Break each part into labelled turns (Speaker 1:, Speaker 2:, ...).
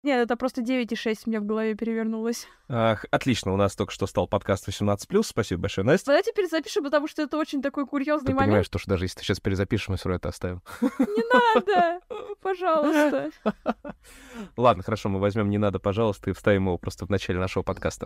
Speaker 1: Нет, это просто 9,6 мне в голове перевернулось.
Speaker 2: Отлично, у нас только что стал подкаст 18+. Спасибо большое, Настя.
Speaker 1: Давайте перезапишем, потому что это очень такой курьезный
Speaker 2: Ты
Speaker 1: момент.
Speaker 2: понимаешь, что даже если ты сейчас перезапишешь, мы все равно это оставим.
Speaker 1: Не надо, пожалуйста.
Speaker 2: Ладно, хорошо, мы возьмем «Не надо, пожалуйста» и вставим его просто в начале нашего подкаста.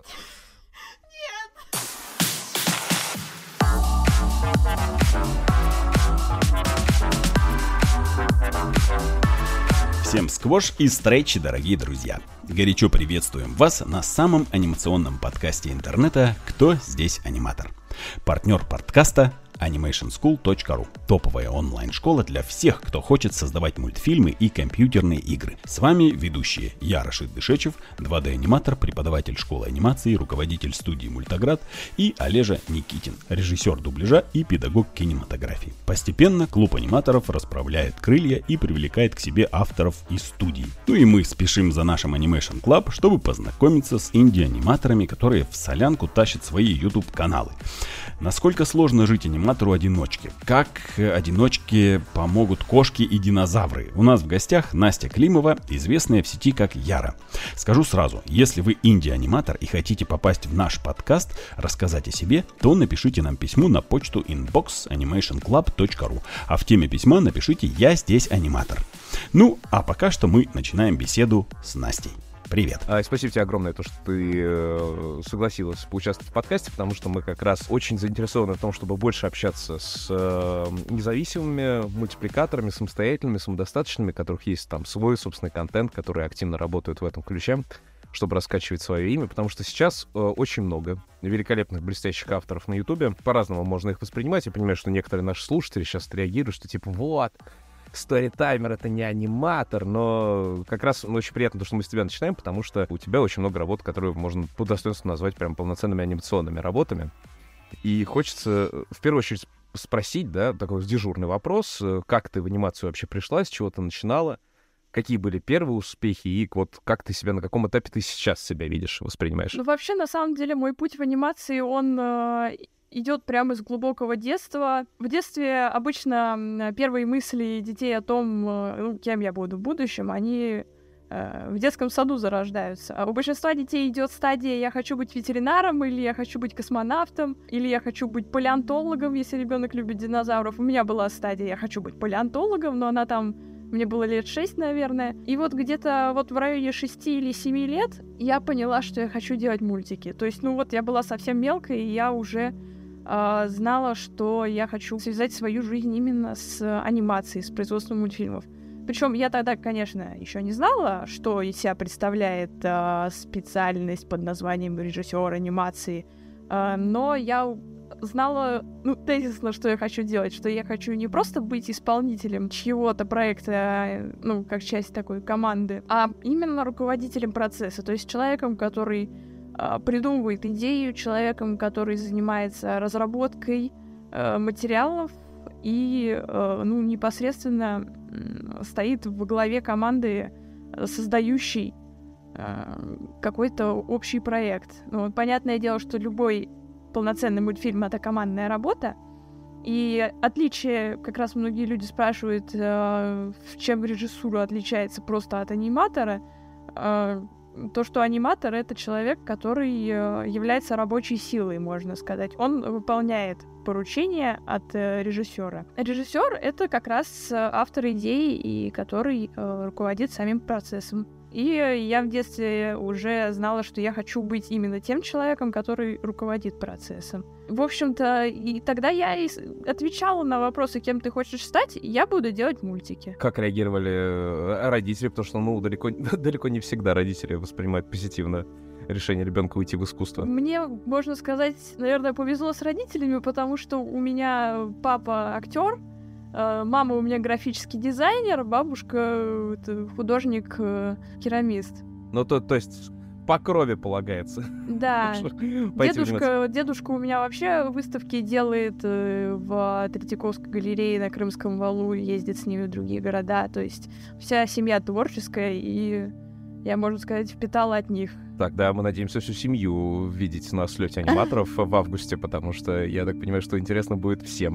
Speaker 3: Всем сквош и стречи, дорогие друзья! Горячо приветствуем вас на самом анимационном подкасте интернета «Кто здесь аниматор?». Партнер подкаста animationschool.ru. Топовая онлайн-школа для всех, кто хочет создавать мультфильмы и компьютерные игры. С вами ведущие я, Рашид Дышечев, 2D-аниматор, преподаватель школы анимации, руководитель студии Мультоград, и Олежа Никитин, режиссер дубляжа и педагог кинематографии. Постепенно клуб аниматоров расправляет крылья и привлекает к себе авторов из студий. Ну и мы спешим за нашим Animation Club, чтобы познакомиться с инди-аниматорами, которые в солянку тащат свои YouTube-каналы. Насколько сложно жить аниматору-одиночке? Как одиночке помогут кошки и динозавры? У нас в гостях Настя Климова, известная в сети как Яра. Скажу сразу, если вы инди-аниматор и хотите попасть в наш подкаст, рассказать о себе, то напишите нам письмо на почту inbox@animationclub.ru, а в теме письма напишите «Я здесь аниматор». Ну, а пока что мы начинаем беседу с Настей. Привет.
Speaker 2: Спасибо тебе огромное, то, что ты согласилась поучаствовать в подкасте, потому что мы как раз очень заинтересованы в том, чтобы больше общаться с независимыми мультипликаторами, самостоятельными, самодостаточными, у которых есть там свой собственный контент, которые активно работают в этом ключе, чтобы раскачивать свое имя, потому что сейчас очень много великолепных, блестящих авторов на Ютубе. По-разному можно их воспринимать. Я понимаю, что некоторые наши слушатели сейчас реагируют, что типа вот... Storytimer — это не аниматор, но как раз очень приятно, что мы с тебя начинаем, потому что у тебя очень много работ, которые можно по достоинству назвать прям полноценными анимационными работами. И хочется в первую очередь спросить, да, такой дежурный вопрос, как ты в анимацию вообще пришла, с чего ты начинала, какие были первые успехи и вот как ты себя, на каком этапе ты сейчас себя видишь, воспринимаешь?
Speaker 1: Ну, вообще, на самом деле, мой путь в анимации, он... идет прямо из глубокого детства. В детстве обычно первые мысли детей о том, кем я буду в будущем, они в детском саду зарождаются. А у большинства детей идет стадия «я хочу быть ветеринаром», или «я хочу быть космонавтом», или «я хочу быть палеонтологом», если ребенок любит динозавров. У меня была стадия «я хочу быть палеонтологом», но она там... Мне было лет 6, наверное. И вот где-то вот в районе 6 или 7 лет я поняла, что я хочу делать мультики. То есть, я была совсем мелкой, и я уже знала, что я хочу связать свою жизнь именно с анимацией, с производством мультфильмов. Причем я тогда, конечно, еще не знала, что из себя представляет специальность под названием режиссер анимации, но я знала, тезисно, что я хочу делать, что я хочу не просто быть исполнителем чьего-то проекта, как часть такой команды, а именно руководителем процесса, то есть человеком, который придумывает идею, человеком, который занимается разработкой материалов и непосредственно стоит во главе команды, создающей какой-то общий проект. Понятное дело, что любой полноценный мультфильм — это командная работа, и отличие, как раз многие люди спрашивают, в чем режиссура отличается просто от аниматора. То, что аниматор — это человек, который является рабочей силой, можно сказать. Он выполняет поручения от режиссера. Режиссер — это как раз автор идеи, и который руководит самим процессом. И я в детстве уже знала, что я хочу быть именно тем человеком, который руководит процессом. В общем-то, и тогда я и отвечала на вопросы, кем ты хочешь стать, я буду делать мультики.
Speaker 2: Как реагировали родители? Потому что, далеко не всегда родители воспринимают позитивно решение ребенка уйти в искусство.
Speaker 1: Мне, можно сказать, наверное, повезло с родителями, потому что у меня папа актер, мама у меня графический дизайнер, бабушка художник-керамист.
Speaker 2: То есть по крови полагается.
Speaker 1: Да. Дедушка у меня вообще выставки делает в Третьяковской галерее на Крымском валу, ездит с ними в другие города. То есть вся семья творческая, и я, можно сказать, впитала от них.
Speaker 2: Так, да, мы надеемся всю семью видеть на слете аниматоров в августе, потому что я так понимаю, что интересно будет всем.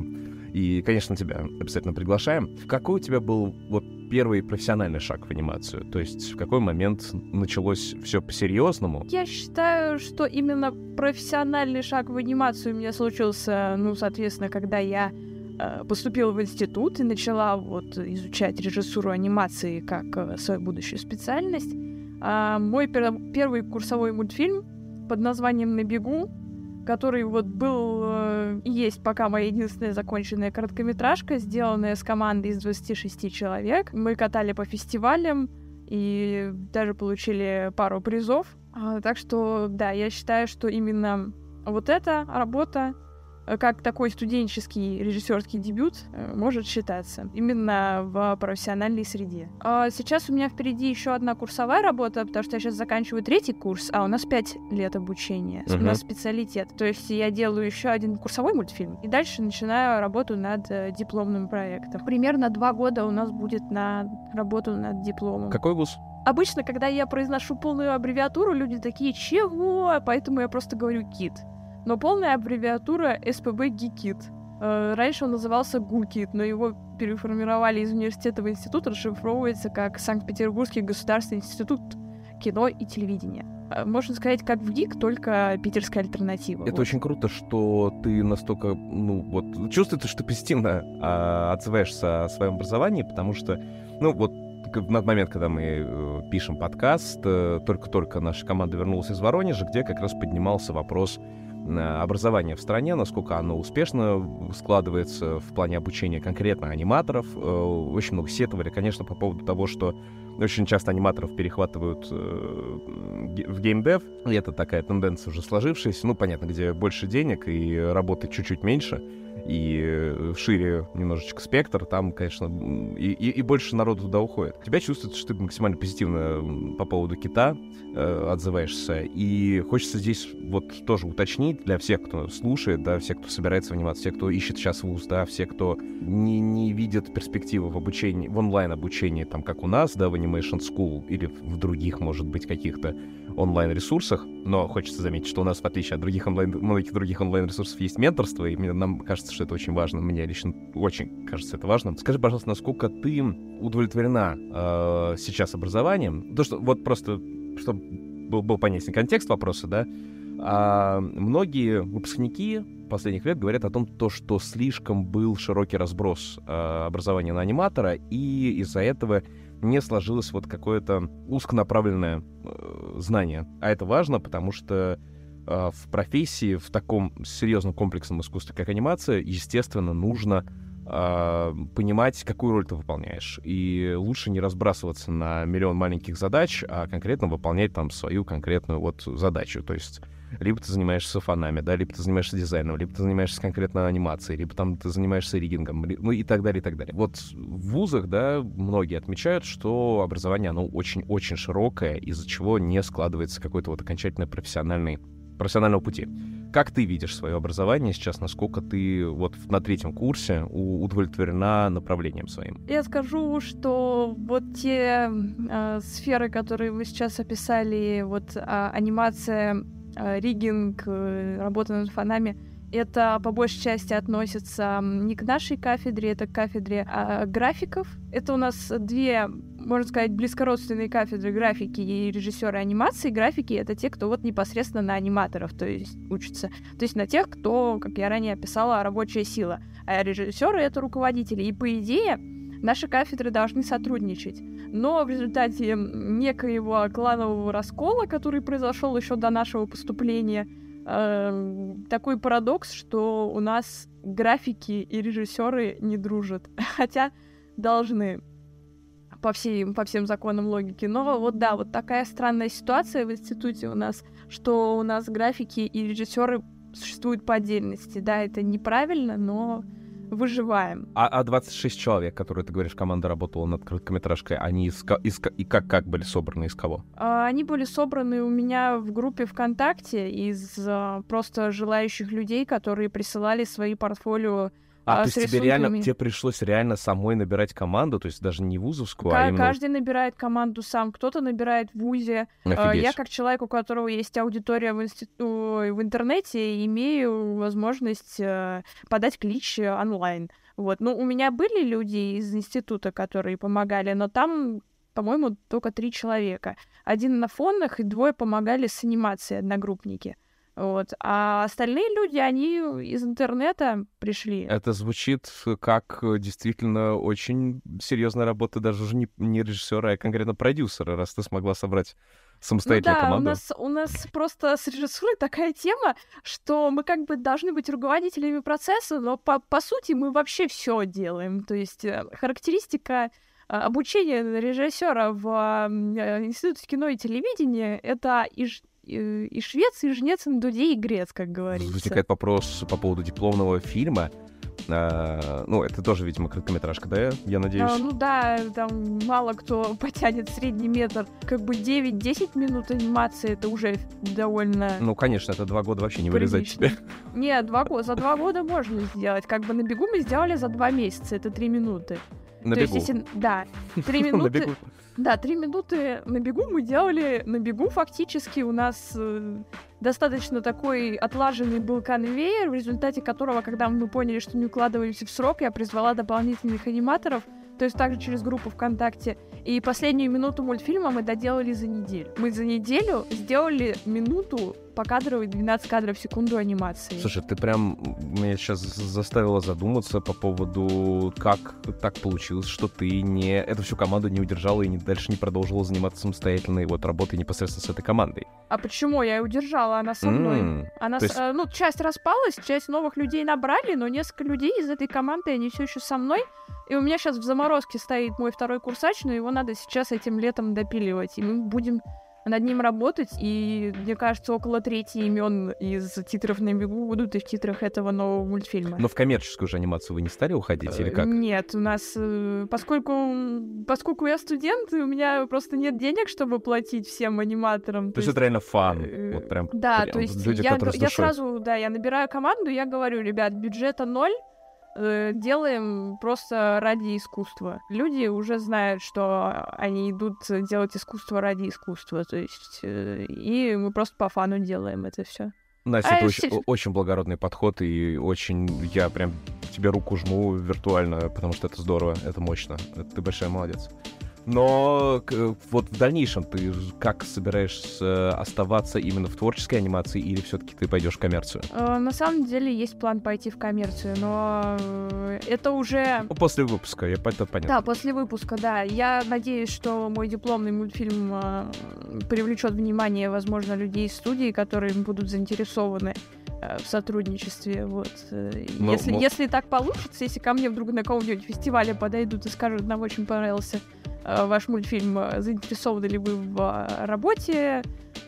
Speaker 2: И, конечно, тебя обязательно приглашаем. Какой у тебя был вот первый профессиональный шаг в анимацию? То есть в какой момент началось все по-серьезному?
Speaker 1: Я считаю, что именно профессиональный шаг в анимацию у меня случился, соответственно, когда я поступила в институт и начала вот изучать режиссуру анимации как свою будущую специальность. Мой первый курсовой мультфильм под названием «На бегу», который вот был и есть пока моя единственная законченная короткометражка, сделанная с командой из 26 человек. Мы катали по фестивалям и даже получили пару призов. Так что, да, я считаю, что именно вот эта работа, как такой студенческий режиссерский дебют, может считаться именно в профессиональной среде. Сейчас у меня впереди еще одна курсовая работа, потому что я сейчас заканчиваю 3-й курс, а у нас 5 лет обучения, у нас специалитет. То есть я делаю еще один курсовой мультфильм, и дальше начинаю работу над дипломным проектом. Примерно 2 года у нас будет на работу над дипломом.
Speaker 2: Какой вуз?
Speaker 1: Обычно, когда я произношу полную аббревиатуру, люди такие: «Чего?» Поэтому я просто говорю «КИТ». Но полная аббревиатура СПБ ГИКИТ. Раньше он назывался ГУКИТ, но его переформировали из университета в институт, расшифровывается как Санкт-Петербургский государственный институт кино и телевидения. Можно сказать, как в ГИК, только питерская альтернатива.
Speaker 2: Это очень круто, что ты настолько, чувствуется, что ты позитивно отзываешься о своем образовании, потому что, на момент, когда мы пишем подкаст, только-только наша команда вернулась из Воронежа, где как раз поднимался вопрос образования в стране, насколько оно успешно складывается в плане обучения конкретно аниматоров. Очень много сетовали, конечно, по поводу того, что очень часто аниматоров перехватывают в геймдев, и это такая тенденция уже сложившаяся. Понятно, где больше денег и работы чуть-чуть меньше, и шире немножечко спектр, там, конечно, и больше народу туда уходит. У тебя чувствуется, что ты максимально позитивно по поводу КИТа отзываешься, и хочется здесь вот тоже уточнить для всех, кто слушает, да, всех, кто собирается в анимации, все, кто ищет сейчас вуз, да, все, кто не видит перспективы в обучении, в онлайн-обучении, там, как у нас, да, в Animation School или в других, может быть, каких-то онлайн-ресурсах, но хочется заметить, что у нас, в отличие от многих других онлайн-ресурсов, есть менторство, и нам кажется, что это очень важно. Мне лично очень кажется это важно. Скажи, пожалуйста, насколько ты удовлетворена сейчас образованием? То, что вот просто, чтобы был понятен контекст вопроса, да, многие выпускники последних лет говорят о том, что слишком был широкий разброс образования на аниматора, и из-за этого не сложилось вот какое-то узконаправленное знание. А это важно, потому что в профессии, в таком серьезном комплексном искусстве, как анимация, естественно, нужно понимать, какую роль ты выполняешь. И лучше не разбрасываться на миллион маленьких задач, а конкретно выполнять там свою конкретную вот задачу. То есть либо ты занимаешься фонами, да, либо ты занимаешься дизайном, либо ты занимаешься конкретно анимацией, либо там ты занимаешься риггингом, и так далее, и так далее. Вот в вузах, да, многие отмечают, что образование, оно очень-очень широкое, из-за чего не складывается какой-то вот окончательно профессионального пути. Как ты видишь свое образование сейчас? Насколько ты вот на 3-м курсе удовлетворена направлением своим?
Speaker 1: Я скажу, что вот те сферы, которые вы сейчас описали, вот анимация, риггинг, работа над фонами, это по большей части относится не к нашей кафедре, это к кафедре графиков. Это у нас 2, можно сказать, близкородственные кафедры: графики и режиссеры анимации. Графики — это те, кто вот непосредственно на аниматоров, то есть учатся. То есть на тех, кто, как я ранее описала, рабочая сила. А режиссеры — это руководители. И, по идее, наши кафедры должны сотрудничать. Но в результате некоего кланового раскола, который произошел еще до нашего поступления, такой парадокс, что у нас графики и режиссеры не дружат, хотя должны по всем законам логики. Но вот да, вот такая странная ситуация в институте у нас, что у нас графики и режиссеры существуют по отдельности. Да, это неправильно, но выживаем.
Speaker 2: А 26 человек, которые, ты говоришь, команда работала над короткометражкой, они как были собраны, из кого?
Speaker 1: Они были собраны у меня в группе ВКонтакте из просто желающих людей, которые присылали свои портфолио
Speaker 2: то
Speaker 1: с
Speaker 2: есть
Speaker 1: рисунками.
Speaker 2: тебе пришлось реально самой набирать команду, то есть даже не вузовскую, а именно...
Speaker 1: Каждый набирает команду сам, кто-то набирает в вузе.
Speaker 2: Офигеть.
Speaker 1: Я, как человек, у которого есть аудитория в интернете, имею возможность подать клич онлайн. Вот. Ну, у меня были люди из института, которые помогали, но там, по-моему, только 3 человека. 1 на фонах и 2 помогали с анимацией, одногруппники. Вот. А остальные люди, они из интернета пришли.
Speaker 2: Это звучит как действительно очень серьезная работа даже уже не режиссера, а конкретно продюсера, раз ты смогла собрать самостоятельную команду.
Speaker 1: У нас просто с режиссурой такая тема, что мы как бы должны быть руководителями процесса, но по сути мы вообще все делаем. То есть характеристика обучения режиссера в Институте кино и телевидения — это и швец, и жнец, и дудей, и грец, как говорится.
Speaker 2: Возникает вопрос по поводу дипломного фильма. Ну, это тоже, видимо, короткометражка, да, я надеюсь?
Speaker 1: Ну да, там мало кто потянет средний метр. Как бы 9-10 минут анимации — это уже довольно...
Speaker 2: Ну, конечно, это 2 года вообще не вырезать тебе.
Speaker 1: Нет, за 2 года можно сделать. Как бы на бегу мы сделали за 2 месяца, это 3 минуты.
Speaker 2: На бегу?
Speaker 1: Да, 3 минуты...
Speaker 2: На бегу.
Speaker 1: Да, 3 минуты на бегу мы делали. На бегу фактически у нас достаточно такой отлаженный был конвейер, в результате которого, когда мы поняли, что не укладываемся в срок, я призвала дополнительных аниматоров, то есть также через группу ВКонтакте. И последнюю минуту мультфильма мы доделали за неделю. Мы за неделю сделали минуту покадровой 12 кадров в секунду анимации.
Speaker 2: Слушай, ты прям меня сейчас заставила задуматься по поводу, как так получилось, что ты эту всю команду не удержала и дальше не продолжила заниматься самостоятельной работой непосредственно с этой командой.
Speaker 1: А почему? Я ее удержала, она со мной. Часть распалась, часть новых людей набрали, но несколько людей из этой команды, они все еще со мной. И у меня сейчас в заморозке стоит мой 2-й курсач, но его надо сейчас этим летом допиливать. И мы будем над ним работать, и, мне кажется, около 3 имен из титров на бегу будут и в титрах этого нового мультфильма.
Speaker 2: Но в коммерческую же анимацию вы не стали уходить, или как?
Speaker 1: Нет, у нас, поскольку я студент, у меня просто нет денег, чтобы платить всем аниматорам.
Speaker 2: То есть это реально фан, вот прям.
Speaker 1: Да,
Speaker 2: прям,
Speaker 1: то есть
Speaker 2: люди,
Speaker 1: я сразу, я набираю команду, я говорю: ребят, бюджета 0, делаем просто ради искусства. Люди уже знают, что они идут делать искусство ради искусства, то есть и мы просто по фану делаем это все.
Speaker 2: Настя, это очень благородный подход, и я прям тебе руку жму виртуально, потому что это здорово, это мощно, ты большая молодец. Но вот в дальнейшем ты как собираешься оставаться именно в творческой анимации, или все-таки ты пойдешь в коммерцию?
Speaker 1: На самом деле есть план пойти в коммерцию, но это уже...
Speaker 2: После выпуска, это понятно.
Speaker 1: Да, после выпуска, да. Я надеюсь, что мой дипломный мультфильм привлечет внимание, возможно, людей из студии, которые будут заинтересованы в сотрудничестве, вот. Если так получится, если ко мне вдруг на каком-нибудь фестивале подойдут и скажут: нам очень понравился ваш мультфильм, заинтересованы ли вы в работе,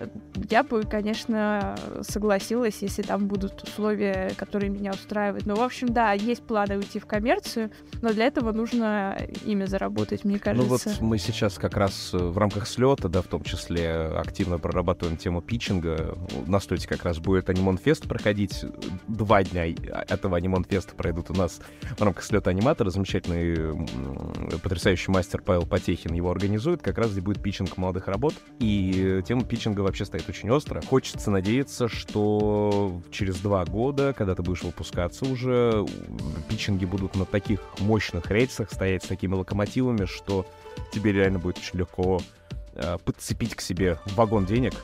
Speaker 1: я бы, конечно, согласилась, если там будут условия, которые меня устраивают. Но, в общем, да, есть планы уйти в коммерцию, но для этого нужно имя заработать, мне кажется.
Speaker 2: Ну вот мы сейчас как раз в рамках слета, да, в том числе активно прорабатываем тему питчинга. На слете как раз будет Анимон-фест проходить. 2 дня этого Анимон-феста пройдут у нас в рамках слета аниматора. Замечательный, потрясающий мастер Павел Потехин его организует. Как раз здесь будет питчинг молодых работ. И тема питчинга вообще стоит очень остро. Хочется надеяться, что через 2 года, когда ты будешь выпускаться уже, питчинги будут на таких мощных рельсах стоять с такими локомотивами, что тебе реально будет очень легко подцепить к себе вагон денег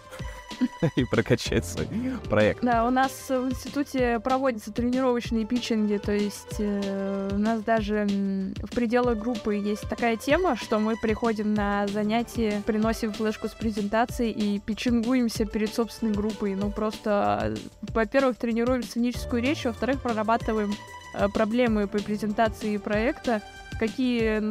Speaker 2: и прокачать свой проект.
Speaker 1: Да, у нас в институте проводятся тренировочные питчинги, то есть у нас даже в пределах группы есть такая тема, что мы приходим на занятия, приносим флешку с презентацией и питчингуемся перед собственной группой. Ну, просто, во-первых, тренируем сценическую речь, во-вторых, прорабатываем проблемы по презентации проекта, какую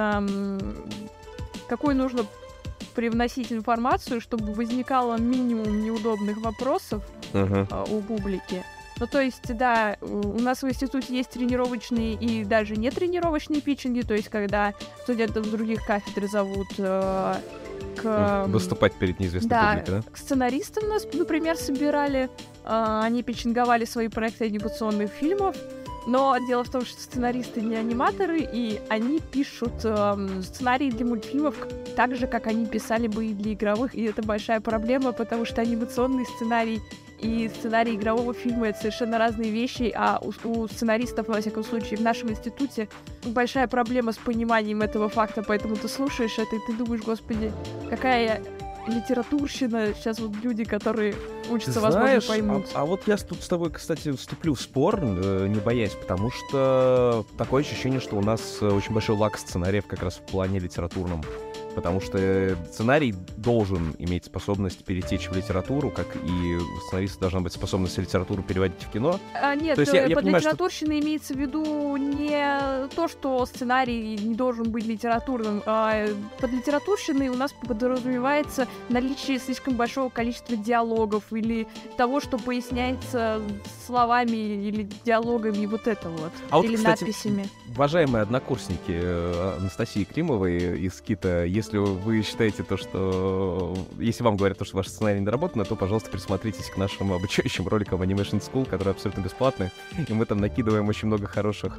Speaker 1: нужно привносить информацию, чтобы возникало минимум неудобных вопросов у публики. Ну, то есть, да, у нас в институте есть тренировочные и даже не тренировочные питчинги, то есть, когда студентов с других кафедр зовут
Speaker 2: выступать перед неизвестной публикой, да?
Speaker 1: Сценаристов нас, например, собирали, они питчинговали свои проекты анимационных фильмов. Но дело в том, что сценаристы не аниматоры, и они пишут сценарии для мультфильмов так же, как они писали бы и для игровых, и это большая проблема, потому что анимационный сценарий и сценарий игрового фильма — это совершенно разные вещи, а у сценаристов, во всяком случае, в нашем институте большая проблема с пониманием этого факта, поэтому ты слушаешь это, и ты думаешь, господи, какая литературщина. Сейчас вот люди, которые учатся, возможно, поймут.
Speaker 2: А вот я тут с тобой, кстати, вступлю в спор, не боясь, потому что такое ощущение, что у нас очень большой лак сценариев как раз в плане литературном. Потому что сценарий должен иметь способность перетечь в литературу, как и у сценариста должна быть способность литературу переводить в кино.
Speaker 1: Нет,
Speaker 2: то есть я
Speaker 1: под
Speaker 2: понимаю,
Speaker 1: литературщиной имеется в виду не то, что сценарий не должен быть литературным. Под литературщиной у нас подразумевается наличие слишком большого количества диалогов или того, что поясняется словами или диалогами, вот это вот. Или
Speaker 2: кстати,
Speaker 1: надписями.
Speaker 2: Уважаемые однокурсники Анастасии Климовой из КИТа, если вы считаете то, что... Если вам говорят то, что ваш сценарий недоработан, то, пожалуйста, присмотритесь к нашим обучающим роликам Animation School, которые абсолютно бесплатны, и мы там накидываем очень много хороших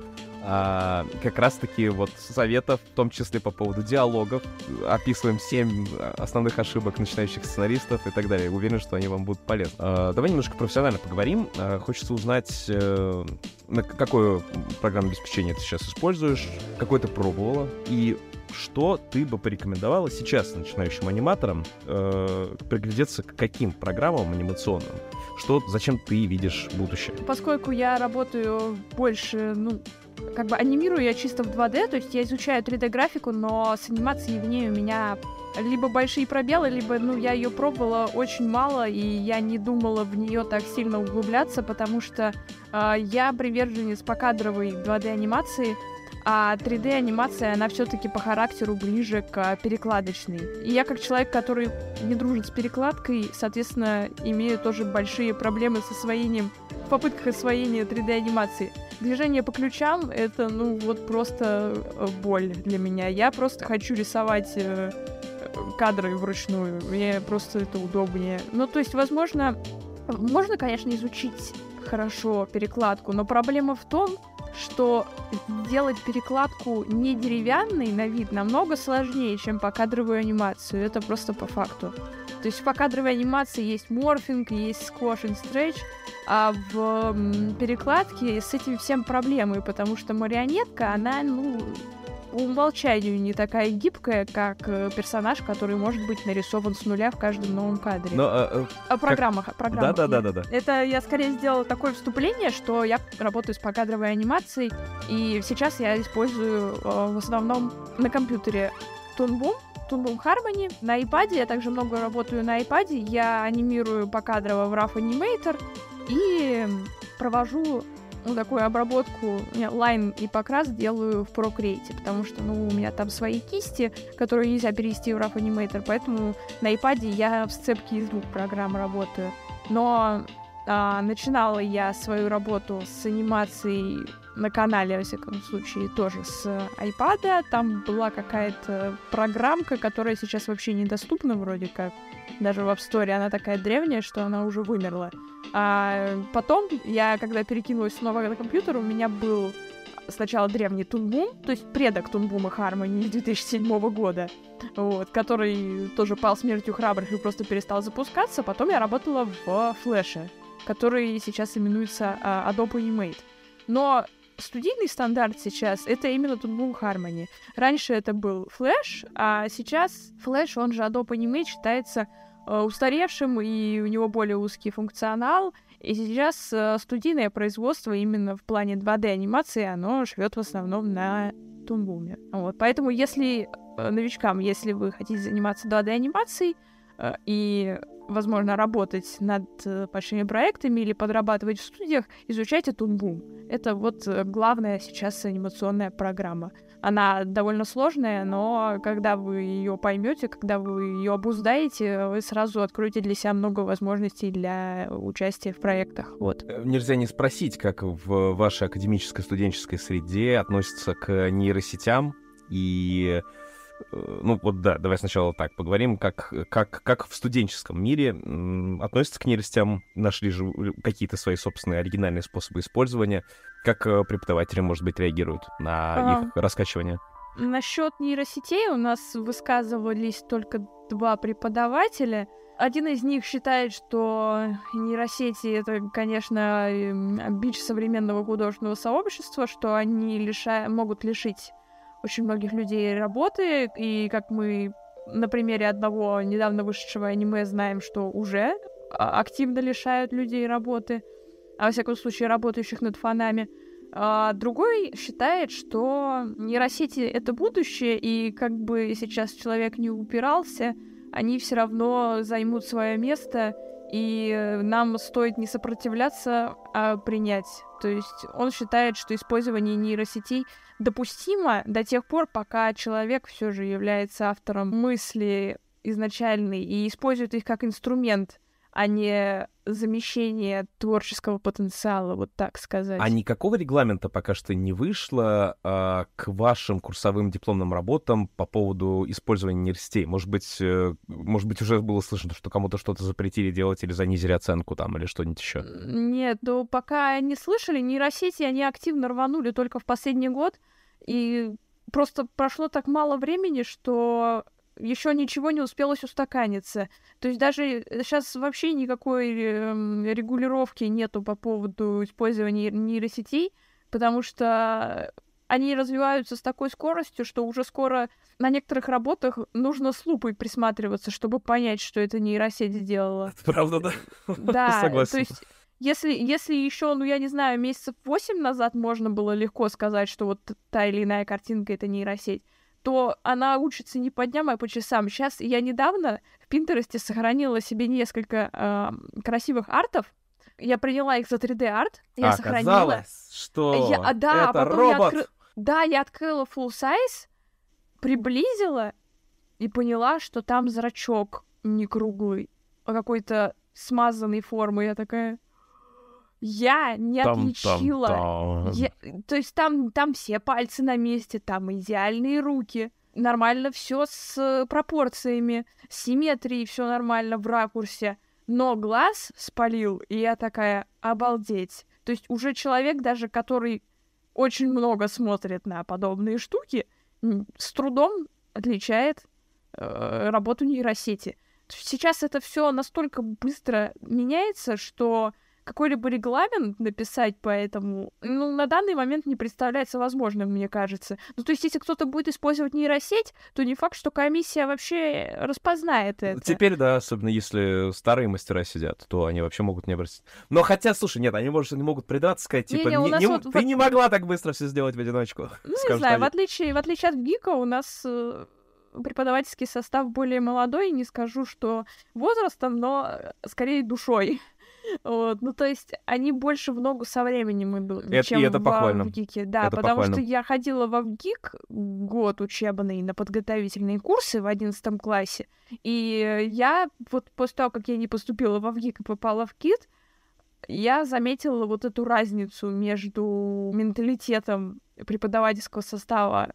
Speaker 2: как раз-таки вот советов, в том числе по поводу диалогов, описываем 7 основных ошибок начинающих сценаристов и так далее. Уверен, что они вам будут полезны. Давай немножко профессионально поговорим. Хочется узнать, на какое программное обеспечение ты сейчас используешь, какое ты пробовала, и что ты бы порекомендовала сейчас начинающим аниматорам приглядеться к каким программам анимационным? Зачем ты видишь будущее?
Speaker 1: Поскольку я работаю больше, анимирую я чисто в 2D, то есть я изучаю 3D-графику, но с анимацией в ней у меня либо большие пробелы, либо, я ее пробовала очень мало, и я не думала в нее так сильно углубляться, потому что я приверженец покадровой 2D-анимации, а 3D-анимация, она все-таки по характеру ближе к перекладочной. И я, как человек, который не дружит с перекладкой, соответственно, имею тоже большие проблемы с освоением, в попытках освоения 3D-анимации. Движение по ключам — это, просто боль для меня. Я просто хочу рисовать кадры вручную. Мне просто это удобнее. То есть, возможно, можно, конечно, изучить хорошо перекладку, но проблема в том, что делать перекладку не деревянной на вид намного сложнее, чем покадровую анимацию. Это просто по факту. То есть в покадровой анимации есть морфинг, есть сквош и стретч, а в перекладке с этим всем проблемы, потому что марионетка, она, по умолчанию не такая гибкая, как персонаж, который может быть нарисован с нуля в каждом новом кадре. О программах.
Speaker 2: Да.
Speaker 1: Это я скорее сделала такое вступление, что я работаю с покадровой анимацией, и сейчас я использую в основном на компьютере Toon Boom Harmony. На iPad я также много работаю на iPad. Я анимирую покадрово в Rough Animator и провожу такую обработку, лайн и покрас делаю в Procreate, потому что, у меня там свои кисти, которые нельзя перевести в Rough Animator, поэтому на iPad я в сцепке из 2 программ работаю. Но начинала я свою работу с анимацией на канале, во всяком случае, тоже с iPad. Там была какая-то программка, которая сейчас вообще недоступна вроде как. Даже в App Store она такая древняя, что она уже вымерла. А потом, когда перекинулась снова на компьютер, у меня был сначала древний Toon Boom, то есть предок Toon Boom Harmony из 2007 года, который тоже пал смертью храбрых и просто перестал запускаться. Потом я работала в Flash, который сейчас именуется Adobe Animate. Но студийный стандарт сейчас — это именно Toon Boom Harmony. Раньше это был Flash, а сейчас Flash, он же Adobe Animate, считается устаревшим, и у него более узкий функционал. И сейчас студийное производство именно в плане 2D-анимации, оно живет в основном на Toon Boom. Поэтому новичкам, если вы хотите заниматься 2D-анимацией и, возможно, работать над большими проектами или подрабатывать в студиях, изучайте Toon Boom. Это главная сейчас анимационная программа. Она довольно сложная, но когда вы ее поймете, когда вы ее обуздаете, вы сразу откроете для себя много возможностей для участия в проектах.
Speaker 2: Нельзя не спросить, как в вашей академической студенческой среде относятся к нейросетям и ну вот да, давай сначала так поговорим, как в студенческом мире относятся к нейросетям, нашли же какие-то свои собственные оригинальные способы использования, как преподаватели, может быть, реагируют на их раскачивание?
Speaker 1: Насчет нейросетей у нас высказывались только 2 преподавателя. Один из них считает, что нейросети — это, конечно, бич современного художественного сообщества, что они могут лишить очень многих людей работы, и как мы на примере одного недавно вышедшего аниме знаем, что уже активно лишают людей работы, а во всяком случае работающих над фанами. А другой считает, что нейросети — это будущее, и как бы сейчас человек не упирался, они все равно займут свое место, и нам стоит не сопротивляться, а принять. То есть он считает, что использование нейросетей допустимо до тех пор, пока человек все же является автором мысли изначальной и использует их как инструмент, а не замещение творческого потенциала, вот так сказать.
Speaker 2: А никакого регламента пока что не вышло к вашим курсовым дипломным работам по поводу использования нейросетей? Может быть, уже было слышно, что кому-то что-то запретили делать или занизили оценку там, или что-нибудь еще?
Speaker 1: Нет, ну пока не слышали, нейросети, они активно рванули только в последний год, и просто прошло так мало времени, что еще ничего не успелось устаканиться. То есть даже сейчас вообще никакой регулировки нету по поводу использования нейросетей, потому что они развиваются с такой скоростью, что уже скоро на некоторых работах нужно с лупой присматриваться, чтобы понять, что это нейросеть сделала.
Speaker 2: Это правда, да?
Speaker 1: Да,
Speaker 2: согласен.
Speaker 1: То есть если еще, я не знаю, месяцев 8 назад можно было легко сказать, что вот та или иная картинка — это нейросеть, то она учится не по дням, а по часам. Сейчас я недавно в Пинтересте сохранила себе несколько красивых артов. Я приняла их за 3D-арт. Я сохранила.
Speaker 2: Оказалось, что это
Speaker 1: потом
Speaker 2: робот.
Speaker 1: я открыла full size, приблизила и поняла, что там зрачок не круглый, а какой-то смазанной формы. Я такая... Я не отличила. То есть там все пальцы на месте, там идеальные руки. Нормально все с пропорциями, симметрией, все нормально в ракурсе. Но глаз спалил, и я такая, обалдеть. То есть уже человек, даже который очень много смотрит на подобные штуки, с трудом отличает работу нейросети. Сейчас это все настолько быстро меняется, что какой-либо регламент написать по этому, на данный момент не представляется возможным, мне кажется. То есть, если кто-то будет использовать нейросеть, то не факт, что комиссия вообще распознает это.
Speaker 2: Теперь, да, особенно если старые мастера сидят, то они вообще могут не обратить. Но хотя, слушай, нет, они, может, не могут предаться, сказать, типа, ты не могла так быстро все сделать в одиночку.
Speaker 1: Не знаю, в отличие от ГИКа у нас преподавательский состав более молодой, не скажу, что возрастом, но скорее душой. Вот, то есть они больше в ногу со временем идут, чем в ГИКе. Да,
Speaker 2: это
Speaker 1: потому
Speaker 2: похвально.
Speaker 1: что я ходила в ГИК год учебный на подготовительные курсы в 11 классе, и я вот после того, как я не поступила в ГИК и попала в КИТ, я заметила вот эту разницу между менталитетом преподавательского состава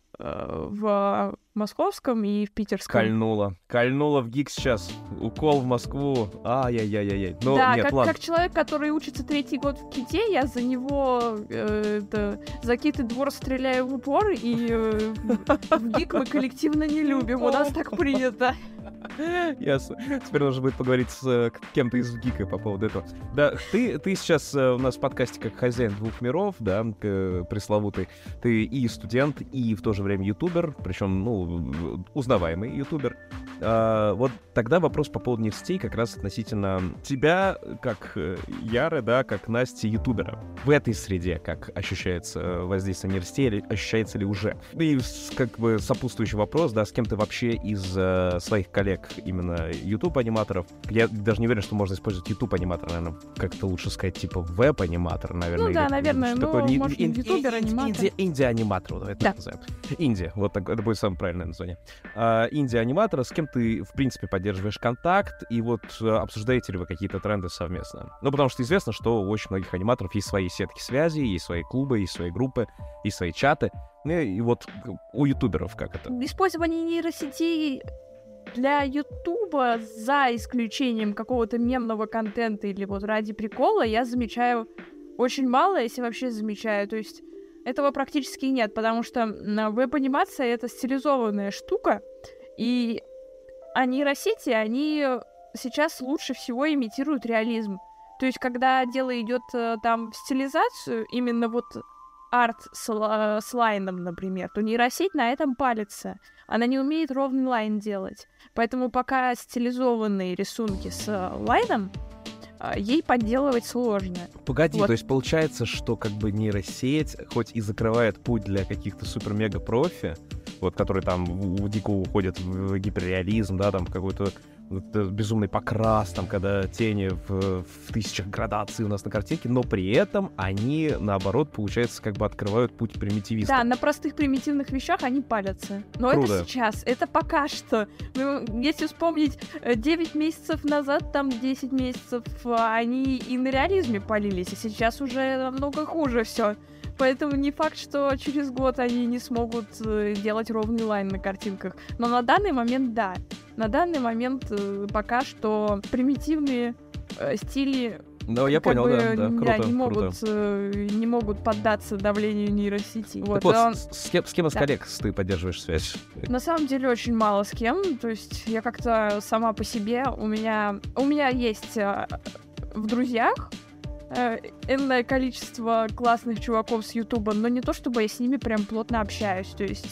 Speaker 1: в московском и в питерском.
Speaker 2: Кольнула в ГИК сейчас. Укол в Москву. Ай-яй-яй-яй.
Speaker 1: Ну, да, нет, как человек, который учится 3-й год в КИТе, я за него за КИТ и двор стреляю в упор, и в ГИК мы коллективно не любим. У нас так принято.
Speaker 2: Ясно. Теперь нужно будет поговорить с кем-то из ГИКа по поводу этого. Да, ты сейчас у нас в подкасте как хозяин двух миров, да, пресловутый. Ты и студент, и в то же время ютубер, причем, узнаваемый ютубер. Вот тогда вопрос по поводу нейросетей как раз относительно тебя, как Яры, да, как Насти ютубера. В этой среде как ощущается воздействие нейросетей, или ощущается ли уже? И как бы сопутствующий вопрос, да, с кем ты вообще из своих коллег, именно YouTube-аниматоров, я даже не уверен, что можно использовать YouTube-аниматор, наверное, как-то лучше сказать, типа веб-аниматор, наверное.
Speaker 1: Ну да, наверное, может, ютубер-аниматор.
Speaker 2: Инди-аниматор, давай так назовем. Инди, вот так, это будет самое правильное название. Инди-аниматора, с кем ты, в принципе, поддерживаешь контакт, и вот обсуждаете ли вы какие-то тренды совместно? Ну, потому что известно, что у очень многих аниматоров есть свои сетки связи, есть свои клубы, есть свои группы, есть свои чаты. И вот у ютуберов как это?
Speaker 1: Использование нейросетей для Ютуба, за исключением какого-то мемного контента или вот ради прикола, я замечаю очень мало, если вообще замечаю. То есть этого практически нет, потому что веб-анимация — это стилизованная штука, и нейросети, они сейчас лучше всего имитируют реализм. То есть когда дело идет там в стилизацию, именно вот арт с лайном, например, то нейросеть на этом палится. Она не умеет ровный лайн делать. Поэтому пока стилизованные рисунки с лайном, ей подделывать сложно.
Speaker 2: Погоди,
Speaker 1: вот.
Speaker 2: То есть получается, что как бы нейросеть, хоть и закрывает путь для каких-то супер-мега-профи, вот, которые там дико уходят в гиперреализм, да, там какой-то безумный покрас, там, когда тени в тысячах градаций у нас на картинке, но при этом они, наоборот, получается, как бы открывают путь примитивистам.
Speaker 1: Да, на простых примитивных вещах они палятся. Но
Speaker 2: Круто.
Speaker 1: Это сейчас, это пока что. Ну, если вспомнить 9 месяцев назад, там 10 месяцев, они и на реализме палились, и сейчас уже намного хуже все. Поэтому не факт, что через год они не смогут делать ровный лайн на картинках. Но на данный момент, да. На данный момент пока что примитивные стили...
Speaker 2: Ну, я понял, да, круто,
Speaker 1: не могут поддаться давлению нейросети.
Speaker 2: Так вот, с кем из коллег ты поддерживаешь связь?
Speaker 1: На самом деле очень мало с кем. То есть я как-то сама по себе... У меня есть в друзьях энное количество классных чуваков с Ютуба, но не то, чтобы я с ними прям плотно общаюсь. То есть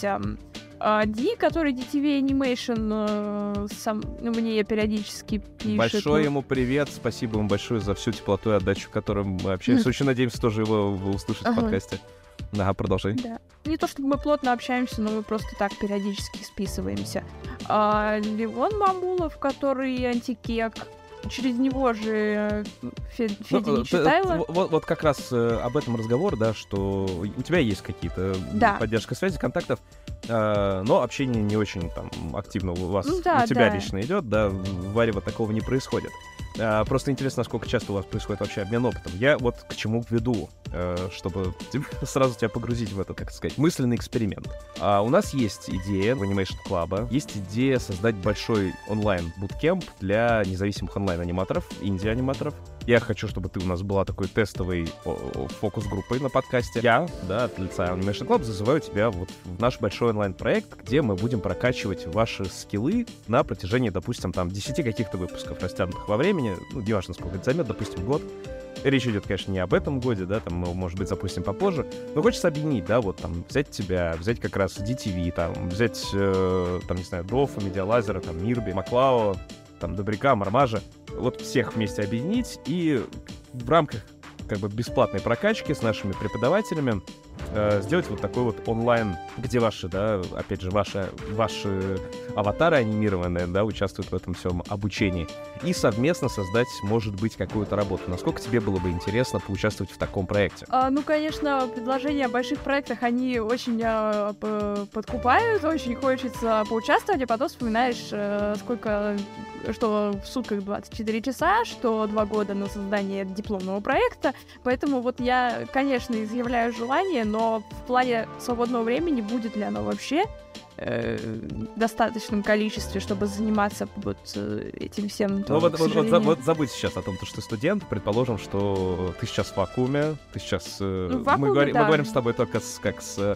Speaker 1: Ди, который DTV Animation, мне периодически пишет.
Speaker 2: Большой ему привет, спасибо ему большое за всю теплоту и отдачу, которым мы общаемся. Очень надеемся тоже его услышать в подкасте. Ага, продолжай.
Speaker 1: Да. Не то, чтобы мы плотно общаемся, но мы просто так периодически списываемся. Левон Мамулов, который антикек, через него же Федя Нечитайло.
Speaker 2: Вот как раз об этом разговор, да, что у тебя есть какие-то поддержка связи, контактов, но общение не очень там активно у тебя лично идет, да, в Варево такого не происходит. Просто интересно, насколько часто у вас происходит вообще обмен опытом. Я вот к чему веду, чтобы сразу тебя погрузить в это, так сказать, мысленный эксперимент. У нас есть идея в Animation Club, есть идея создать большой онлайн-буткемп для независимых онлайн-аниматоров, инди-аниматоров. Я хочу, чтобы ты у нас была такой тестовой фокус-группой на подкасте. Я, да, от лица Animation Club зазываю тебя вот в наш большой онлайн-проект, где мы будем прокачивать ваши скиллы на протяжении, допустим, там 10 каких-то выпусков, растянутых во времени. Ну, не важно, сколько это займет, допустим, год. Речь идет, конечно, не об этом годе, да, там мы, может быть, запустим попозже, но хочется объединить, да, вот там взять тебя, взять как раз DTV, там, взять, там, не знаю, Дофа, Медиалайзера, там, Мирби, Маклао, там, Добряка, Мармажа, вот всех вместе объединить и в рамках как бы бесплатной прокачки с нашими преподавателями сделать вот такой вот онлайн, где ваши, да, опять же, ваши аватары анимированные, да, участвуют в этом всем обучении, и совместно создать, может быть, какую-то работу. Насколько тебе было бы интересно поучаствовать в таком проекте?
Speaker 1: Ну, конечно, предложения о больших проектах, они очень подкупают, очень хочется поучаствовать, а потом вспоминаешь, что в сутках 24 часа, что 2 года на создание дипломного проекта, поэтому вот я, конечно, изъявляю желание, но в плане свободного времени будет ли оно вообще в достаточном количестве, чтобы заниматься вот этим всем.
Speaker 2: Ну вот забудь сейчас о том, что ты студент, предположим, что ты сейчас в вакууме, ты сейчас... мы говорим с тобой только как с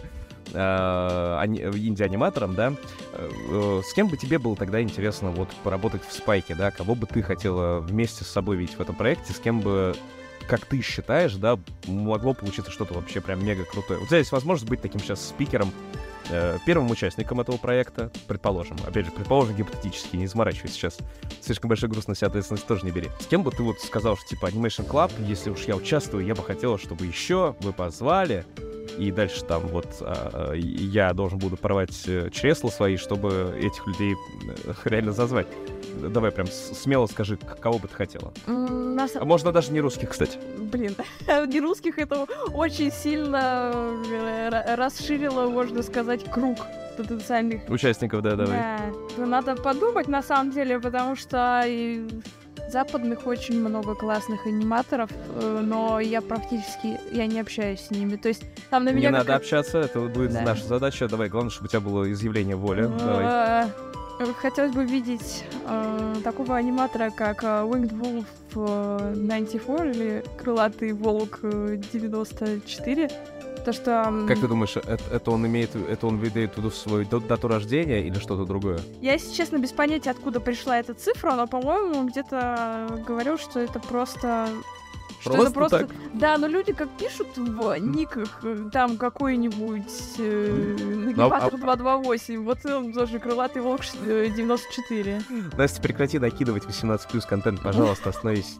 Speaker 2: инди-аниматором, да, с кем бы тебе было тогда интересно вот поработать в Спайке, да, кого бы ты хотела вместе с собой видеть в этом проекте, с кем бы, как ты считаешь, да, могло получиться что-то вообще прям мега крутое. У тебя есть возможность быть таким сейчас спикером, первым участником этого проекта, предположим, опять же, предположим гипотетически, не заморачивайся сейчас, слишком большой груз на себя ответственность тоже не бери. С кем бы ты вот сказал, что типа Animation Club, если уж я участвую, я бы хотела, чтобы еще вы позвали, и дальше там вот я должен буду порвать чресла свои, чтобы этих людей реально зазвать. Давай прям смело скажи, кого бы ты хотела. Можно даже не русских, кстати.
Speaker 1: Блин, не русских, это очень сильно расширило, можно сказать, круг. потенциальных
Speaker 2: участников, да, давай.
Speaker 1: Да, надо подумать на самом деле, потому что и западных очень много классных аниматоров, но я не общаюсь с ними. То есть там на меня...
Speaker 2: Не надо общаться, это будет наша задача. Давай, главное, чтобы у тебя было изъявление воли. Давай.
Speaker 1: Хотелось бы видеть такого аниматора, как Winged Wolf 94 или Крылатый Волк 94. То, что...
Speaker 2: Как ты думаешь, это он выдает туда свою дату рождения или что-то другое?
Speaker 1: Я, если честно, без понятия, откуда пришла эта цифра, но, по-моему, он где-то говорил, что это просто...
Speaker 2: Так?
Speaker 1: Да, но люди как пишут в никах, там какой-нибудь Нагибатор 228, вот он тоже Крылатый Волк 94.
Speaker 2: Настя, прекрати накидывать 18+ контент, пожалуйста, остановись.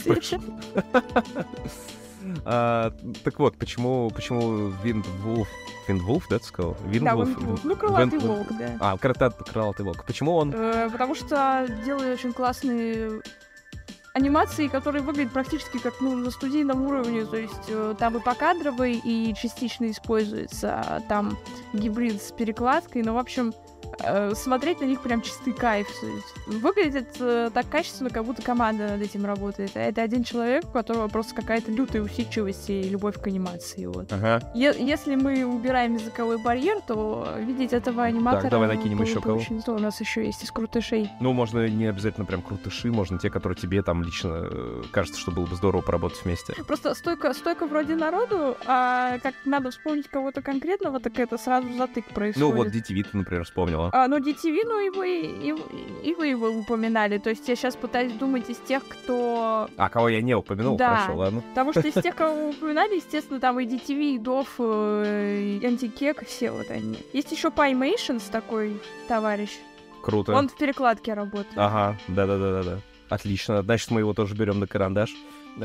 Speaker 2: Так вот, почему Winged Wolf, да, ты сказал?
Speaker 1: Да, Winged Wolf. Ну, Крылатый Волк, да.
Speaker 2: Крылатый Волк. Почему он?
Speaker 1: Потому что делает очень классные анимации, которые выглядят практически как на студийном уровне, то есть там и покадровый, и частично используется там гибрид с перекладкой, но, в общем, смотреть на них прям чистый кайф. Выглядит так качественно, как будто команда над этим работает. А это один человек, у которого просто какая-то лютая усидчивость и любовь к анимации. Вот.
Speaker 2: Ага.
Speaker 1: Если мы убираем языковой барьер, то видеть этого аниматора...
Speaker 2: Так, давай накинем еще кого.
Speaker 1: У нас еще есть из крутышей.
Speaker 2: Ну, можно не обязательно прям крутыши, можно те, которые тебе там лично кажется, что было бы здорово поработать вместе.
Speaker 1: Просто стойка вроде народу, а как надо вспомнить кого-то конкретного, так это сразу затык происходит.
Speaker 2: Ну вот DTV ты, например, вспомнила.
Speaker 1: Ну, DTV, вы его упоминали. То есть я сейчас пытаюсь думать из тех, кто...
Speaker 2: кого я не упомянул?
Speaker 1: Да.
Speaker 2: Хорошо, ладно.
Speaker 1: Потому что из тех, кого вы упоминали, естественно, там и DTV, и DOF, и Антикек, все вот они. Есть еще Paimations такой товарищ.
Speaker 2: Круто.
Speaker 1: Он в перекладке работает.
Speaker 2: Ага, да. Отлично. Значит, мы его тоже берем на карандаш.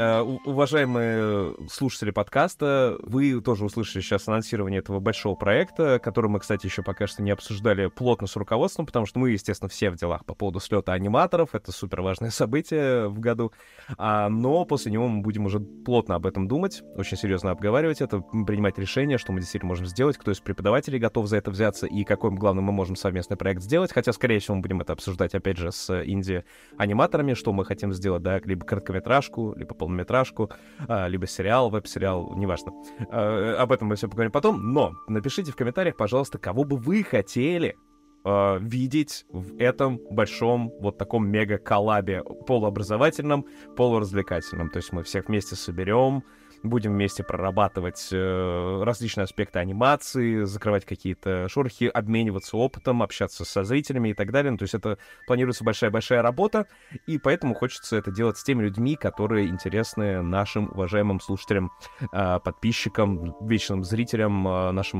Speaker 2: Уважаемые слушатели подкаста, вы тоже услышали сейчас анонсирование этого большого проекта, который мы, кстати, еще пока что не обсуждали плотно с руководством, потому что мы, естественно, все в делах по поводу слета аниматоров. Это супер важное событие в году. Но после него мы будем уже плотно об этом думать, очень серьезно обговаривать это, принимать решения, что мы действительно можем сделать, кто из преподавателей готов за это взяться и какой, главное, мы можем совместный проект сделать. Хотя, скорее всего, мы будем это обсуждать, опять же, с инди-аниматорами, что мы хотим сделать, да, либо короткометражку, либо полнометражку, либо сериал, веб-сериал, неважно. Об этом мы все поговорим потом, но напишите в комментариях, пожалуйста, кого бы вы хотели видеть в этом большом вот таком мега-коллабе полуобразовательном, полуразвлекательном. То есть мы всех вместе соберем, будем вместе прорабатывать различные аспекты анимации, закрывать какие-то шорохи, обмениваться опытом, общаться со зрителями и так далее. Ну, то есть это планируется большая-большая работа, и поэтому хочется это делать с теми людьми, которые интересны нашим уважаемым слушателям, подписчикам, вечным зрителям, нашей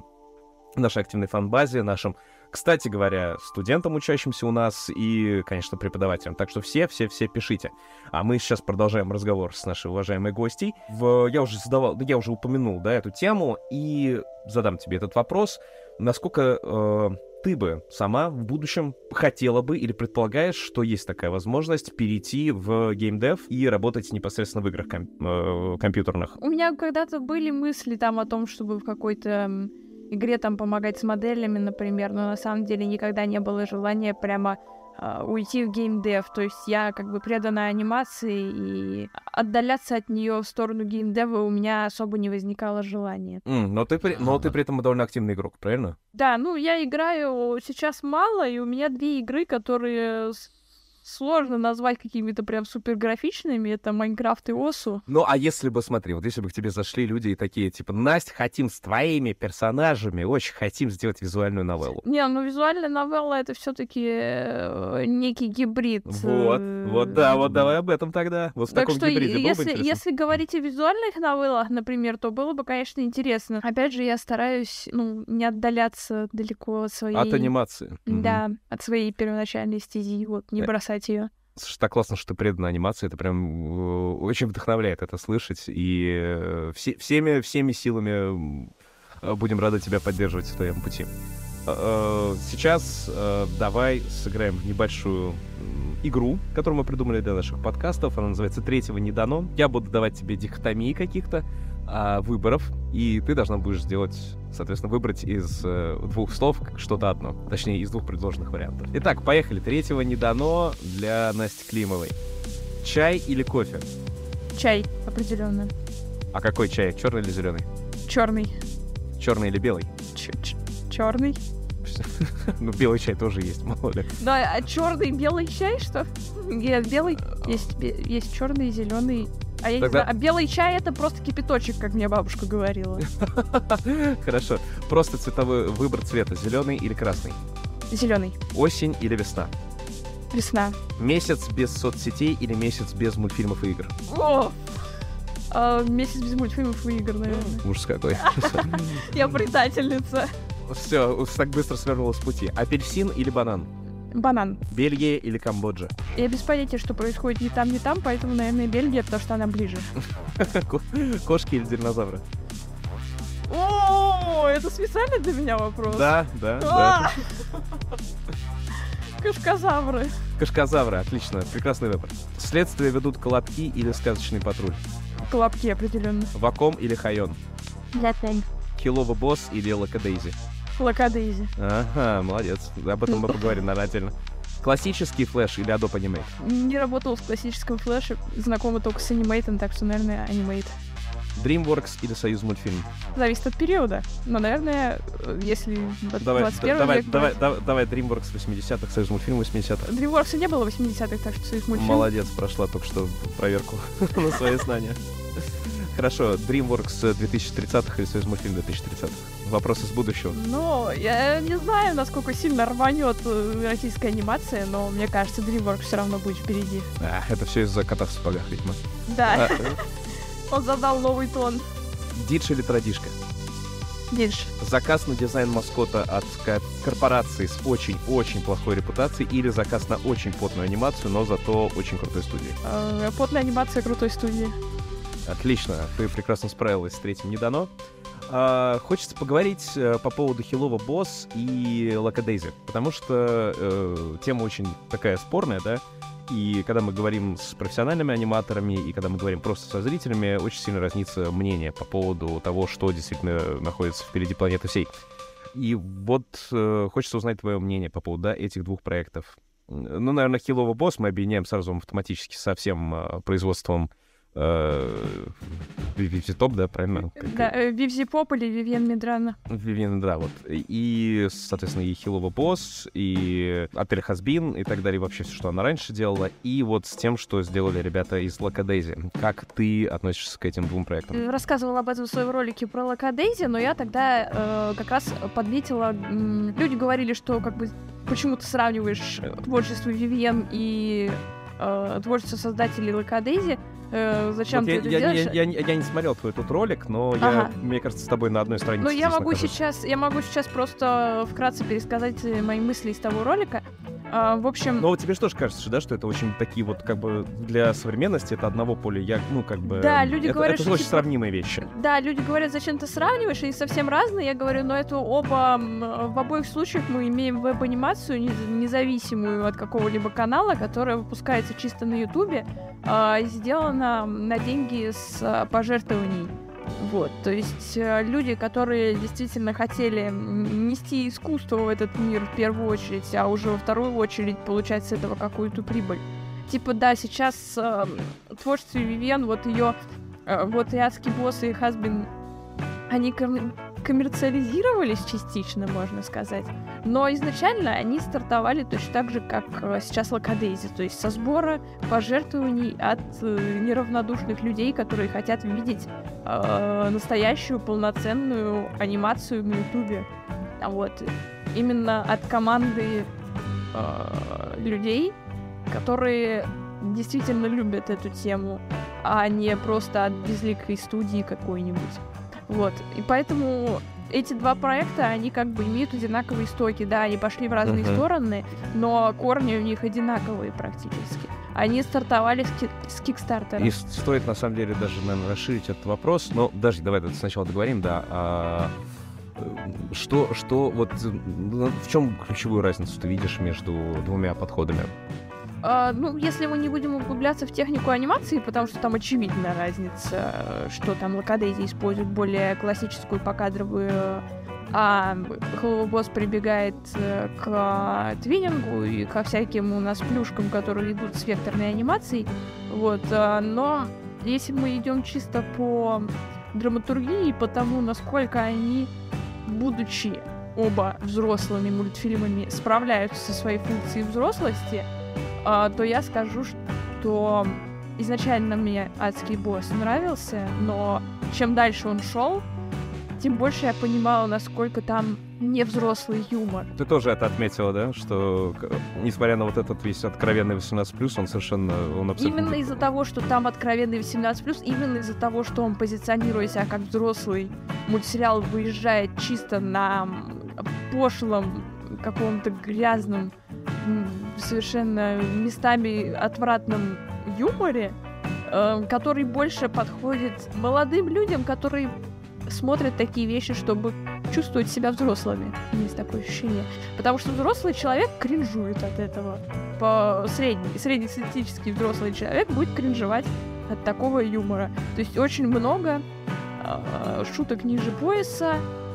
Speaker 2: активной фан-базе, нашим, кстати говоря, студентам, учащимся у нас, и, конечно, преподавателям. Так что все пишите. А мы сейчас продолжаем разговор с нашей уважаемой гостьей. Я уже упомянул, да, эту тему, и задам тебе этот вопрос. Насколько ты бы сама в будущем хотела бы или предполагаешь, что есть такая возможность перейти в геймдев и работать непосредственно в играх компьютерных?
Speaker 1: У меня когда-то были мысли там о том, чтобы в какой-то игре там помогать с моделями, например, но на самом деле никогда не было желания прямо уйти в геймдев. То есть я как бы предана анимации, и отдаляться от нее в сторону геймдева у меня особо не возникало желания.
Speaker 2: Но ты при этом довольно активный игрок, правильно?
Speaker 1: Да, я играю сейчас мало, и у меня 2 игры, которые сложно назвать какими-то прям супер графичными, это Майнкрафт и Осу.
Speaker 2: Ну, а если бы, смотри, вот если бы к тебе зашли люди и такие, типа, Настя, хотим с твоими персонажами, очень хотим сделать визуальную новеллу.
Speaker 1: Не, визуальная новелла — это все-таки некий гибрид.
Speaker 2: Вот, давай об этом тогда. Вот в таком гибриде было бы интересно.
Speaker 1: Если говорить о визуальных новеллах, например, то было бы, конечно, интересно. Опять же, я стараюсь, не отдаляться далеко от своей...
Speaker 2: От анимации.
Speaker 1: Да, от своей первоначальной стези, не бросать ее.
Speaker 2: Слушай, так классно, что ты предана анимации, это прям очень вдохновляет это слышать, и всеми силами будем рады тебя поддерживать в твоем пути. Сейчас давай сыграем в небольшую игру, которую мы придумали для наших подкастов. Она называется «Третьего не дано». Я буду давать тебе дихотомии каких-то выборов, и ты должна будешь сделать Соответственно, выбрать из двух слов что-то одно. Точнее, из двух предложенных вариантов. Итак, поехали. Третьего не дано для Насти Климовой. Чай или кофе?
Speaker 1: Чай, определенно.
Speaker 2: А какой чай? Черный или зеленый?
Speaker 1: Черный.
Speaker 2: Черный или белый?
Speaker 1: Черный.
Speaker 2: Ну, белый чай тоже есть, мало ли.
Speaker 1: Да, а черный, белый чай, что? Нет, белый. Есть черный, зеленый. А я не знаю, а белый чай — это просто кипяточек, как мне бабушка говорила.
Speaker 2: Хорошо. Просто цветовой выбор цвета. Зеленый или красный?
Speaker 1: Зеленый.
Speaker 2: Осень или весна?
Speaker 1: Весна.
Speaker 2: Месяц без соцсетей или месяц без мультфильмов и игр?
Speaker 1: О! Месяц без мультфильмов и игр, наверное.
Speaker 2: Ужас какой.
Speaker 1: Я предательница.
Speaker 2: Все, так быстро свернула с пути. Апельсин или банан?
Speaker 1: Банан.
Speaker 2: Бельгия или Камбоджа?
Speaker 1: Я без понятия, что происходит ни там, поэтому, наверное, Бельгия, потому что она ближе.
Speaker 2: Кошки или динозавры?
Speaker 1: О, это специально для меня вопрос?
Speaker 2: Да.
Speaker 1: Кашказавры.
Speaker 2: Кашказавры, отлично, прекрасный выбор. Следствие ведут Колобки или Сказочный патруль?
Speaker 1: Колобки, определенно.
Speaker 2: Ваком или Хайон?
Speaker 1: Лятень.
Speaker 2: Килова Босс или Локадейзи?
Speaker 1: Локадейзи.
Speaker 2: Ага, молодец. Об этом мы поговорим, наверное, отдельно. Классический флэш или Adobe Animate?
Speaker 1: Не работал с классическим флэшем, знакома только с анимейтом, так что, наверное, анимейт.
Speaker 2: DreamWorks или Союз мультфильм?
Speaker 1: Зависит от периода. Но, наверное, если 21 век...
Speaker 2: Давай DreamWorks 80-х, Союз мультфильм 80-х.
Speaker 1: DreamWorks не было 80-х, так что Союз мультфильм...
Speaker 2: Молодец, прошла только что проверку на свои знания. Хорошо, DreamWorks 2030-х или Союз мультфильм 2030-х? Вопрос из будущего.
Speaker 1: Ну, я не знаю, насколько сильно рванет российская анимация, но мне кажется, DreamWorks все равно будет впереди.
Speaker 2: Это все из-за кота в сапогах, видимо.
Speaker 1: Да. Он задал новый тон.
Speaker 2: Дидж или Традишка?
Speaker 1: Дидж.
Speaker 2: Заказ на дизайн маскота от корпорации с очень-очень плохой репутацией или заказ на очень потную анимацию, но зато очень крутой студии?
Speaker 1: Потная анимация крутой студии.
Speaker 2: Отлично, ты прекрасно справилась с третьим не дано. Хочется поговорить по поводу Hello Boss и Локадейзи, потому что тема очень такая спорная, да? И когда мы говорим с профессиональными аниматорами, и когда мы говорим просто со зрителями, очень сильно разнится мнение по поводу того, что действительно находится впереди планеты всей. И вот хочется узнать твое мнение по поводу этих двух проектов. Ну, наверное, Hello Boss мы объединяем сразу автоматически со всем производством Вивзи Топ, да, правильно?
Speaker 1: Да, Вивзи Поп или Вивьен Медрана.
Speaker 2: Вивьен, да, вот. И, соответственно, и Hello Boss, и Отель Хазбин, и так далее, вообще все, что она раньше делала, и вот с тем, что сделали ребята из Локадейзи. Как ты относишься к этим двум проектам?
Speaker 1: Рассказывала об этом в своем ролике про Локадейзи, но я тогда как раз подметила... Люди говорили, что как бы почему ты сравниваешь творчество Вивьен и творчество создателей Локадейзи. Зачем
Speaker 2: вот
Speaker 1: ты это делаешь?
Speaker 2: Я не смотрел твой тут ролик, но мне кажется, с тобой на одной странице.
Speaker 1: Ну, я могу сейчас просто вкратце пересказать мои мысли из того ролика. В общем...
Speaker 2: Но вот тебе же тоже кажется, да, что это очень такие вот, как бы, для современности это одного поля,
Speaker 1: Да, люди говорят,
Speaker 2: это
Speaker 1: что
Speaker 2: очень сравнимые вещи.
Speaker 1: Да, люди говорят, зачем ты сравниваешь, они совсем разные. Я говорю, но это в обоих случаях мы имеем веб-анимацию, независимую от какого-либо канала, которая выпускается чисто на Ютубе, сделана на деньги с пожертвований. Вот, то есть люди, которые действительно хотели нести искусство в этот мир в первую очередь, а уже во вторую очередь получать с этого какую-то прибыль. Типа, да, сейчас творчество Вивьен, вот ее, вот и Адский босс, и Хазбин, они коммерциализировались частично, можно сказать. Но изначально они стартовали точно так же, как сейчас Локадейзи, то есть со сбора пожертвований от неравнодушных людей, которые хотят видеть настоящую полноценную анимацию на Ютубе. Вот. Именно от команды людей, которые действительно любят эту тему, а не просто от безликой студии какой-нибудь. Вот. И поэтому эти два проекта, они как бы имеют одинаковые истоки. Да, они пошли в разные стороны, но корни у них одинаковые практически. Они стартовали с Кикстартера.
Speaker 2: И стоит, на самом деле, даже, наверное, расширить этот вопрос. Но даже давай сначала договорим, да. Что вот в чем ключевую разницу ты видишь между двумя подходами?
Speaker 1: Если мы не будем углубляться в технику анимации, потому что там очевидна разница, что там Локадейзи использует более классическую покадровую а Hello прибегает к твиннингу и ко всяким у нас плюшкам, которые идут с векторной анимацией. Вот, но если мы идем чисто по драматургии, по тому, насколько они, будучи оба взрослыми мультфильмами, справляются со своей функцией взрослости, то я скажу, что изначально мне «Адский босс» нравился, но чем дальше он шел, тем больше я понимала, насколько там невзрослый юмор.
Speaker 2: Ты тоже это отметила, да? Что, несмотря на вот этот весь откровенный 18+, он совершенно... Он абсолютно...
Speaker 1: Именно из-за того, что там откровенный 18+, именно из-за того, что он позиционирует себя как взрослый мультсериал, выезжает чисто на пошлом, каком-то грязном, совершенно местами отвратном юморе, который больше подходит молодым людям, которые смотрят такие вещи, чтобы чувствовать себя взрослыми. Есть такое ощущение. Потому что взрослый человек кринжует от этого. Среднестатистический взрослый человек будет кринжевать от такого юмора. То есть очень много шуток ниже пояса,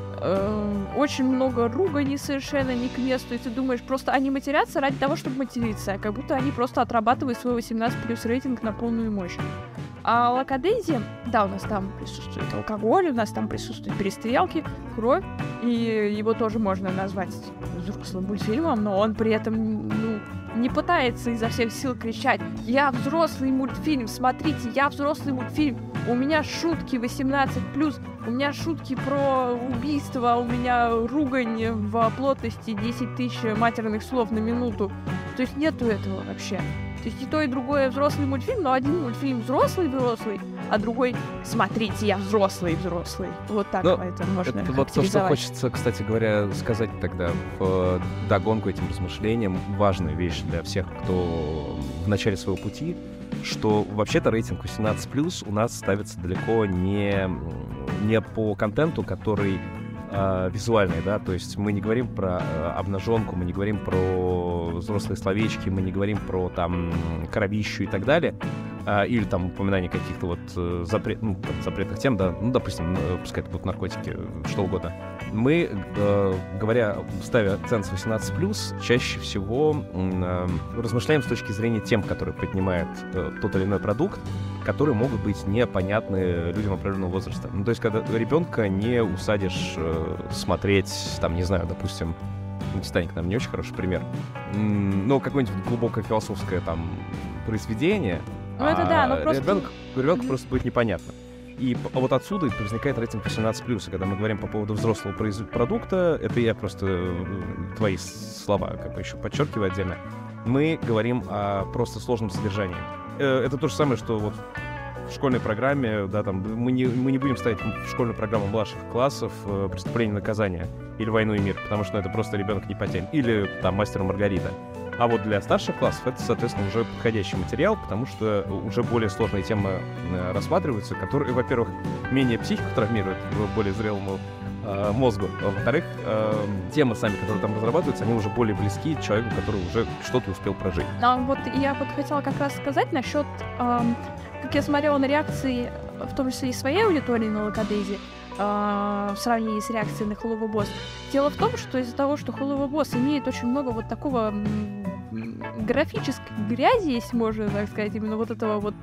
Speaker 1: очень много руганий совершенно не к месту. И ты думаешь, просто они матерятся ради того, чтобы материться, как будто они просто отрабатывают свой 18+ рейтинг на полную мощь. А Локадейзи, да, у нас там присутствует алкоголь, у нас там присутствуют перестрелки, кровь, и его тоже можно назвать взрослым мультфильмом, но он при этом, не пытается изо всех сил кричать: «Я взрослый мультфильм, смотрите, я взрослый мультфильм, у меня шутки 18+, у меня шутки про убийство, у меня ругань в плотности 10 тысяч матерных слов на минуту». То есть нету этого вообще. То есть и то, и другое взрослый мультфильм, но один мультфильм взрослый, а другой «Смотрите, я взрослый». Вот так это можно
Speaker 2: это вот то, что хочется, кстати говоря, сказать тогда в догонку этим размышлениям. Важная вещь для всех, кто в начале своего пути, что вообще-то рейтинг 18+, у нас ставится далеко не по контенту, который визуальный, да, то есть мы не говорим про обнаженку, мы не говорим про взрослые словечки, мы не говорим про там кровищу и так далее, или там упоминание каких-то вот запретных тем, да, допустим, пускай это будут наркотики, что угодно. Мы, ставя акцент с 18+, чаще всего размышляем с точки зрения тем, которые поднимает тот или иной продукт, которые могут быть непонятны людям определенного возраста. То есть, когда ребенка не усадишь смотреть, там, не знаю, допустим, «Титаник», нам не очень хороший пример, но какое-нибудь глубокое философское там произведение,
Speaker 1: это да, но просто...
Speaker 2: ребенку просто будет непонятно. И вот отсюда возникает рейтинг 18+. И когда мы говорим по поводу взрослого продукта, это я просто твои слова как бы еще подчеркиваю отдельно, мы говорим о просто сложном содержании. Это то же самое, что вот в школьной программе, да, там, мы не будем ставить в школьную программу младших классов «Преступление и наказание» или «Войну и мир», потому что это просто ребенок не потянет. Или там «Мастер и Маргарита». А вот для старших классов это, соответственно, уже подходящий материал, потому что уже более сложные темы рассматриваются, которые, во-первых, менее психику травмируют более зрелому мозгу. А во-вторых, темы сами, которые там разрабатываются, они уже более близки человеку, который уже что-то успел прожить.
Speaker 1: Вот я вот хотела как раз сказать насчет, как я смотрела на реакции, в том числе и своей аудитории на Локадейзи, в сравнении с реакцией на Hello Boss. Дело в том, что из-за того, что Hello Boss имеет очень много вот такого графической грязи, если можно так сказать, именно вот этого вот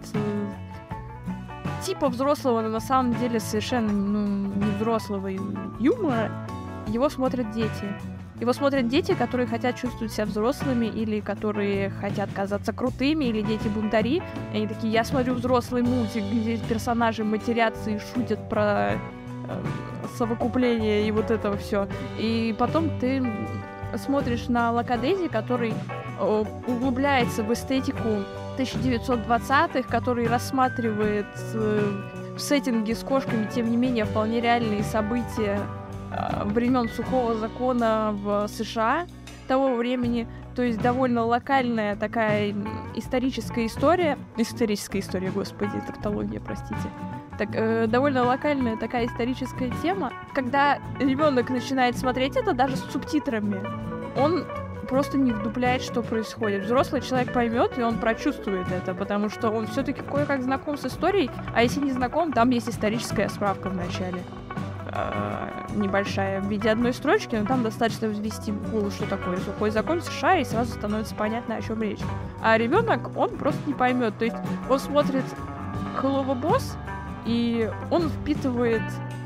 Speaker 1: типа взрослого, но на самом деле совершенно не взрослого юмора, его смотрят дети. Его смотрят дети, которые хотят чувствовать себя взрослыми, или которые хотят казаться крутыми, или дети-бунтари. И они такие: я смотрю взрослый мультик, где персонажи матерятся и шутят про совокупление и вот это все. И потом ты смотришь на Локадейзи, который углубляется в эстетику 1920-х, который рассматривает в сеттинге с кошками, тем не менее, вполне реальные события времен сухого закона в США того времени. То есть довольно локальная такая историческая история, господи, тавтология, простите. Так, довольно локальная такая историческая тема. Когда ребенок начинает смотреть это даже с субтитрами, он просто не вдупляет, что происходит. Взрослый человек поймет, и он прочувствует это, потому что он все-таки кое-как знаком с историей, а если не знаком, там есть историческая справка в начале. небольшая в виде одной строчки, но там достаточно ввести в Google, что такое сухой закон США, и сразу становится понятно, о чем речь. А ребенок, он просто не поймет. То есть он смотрит Hello Boss, и он впитывает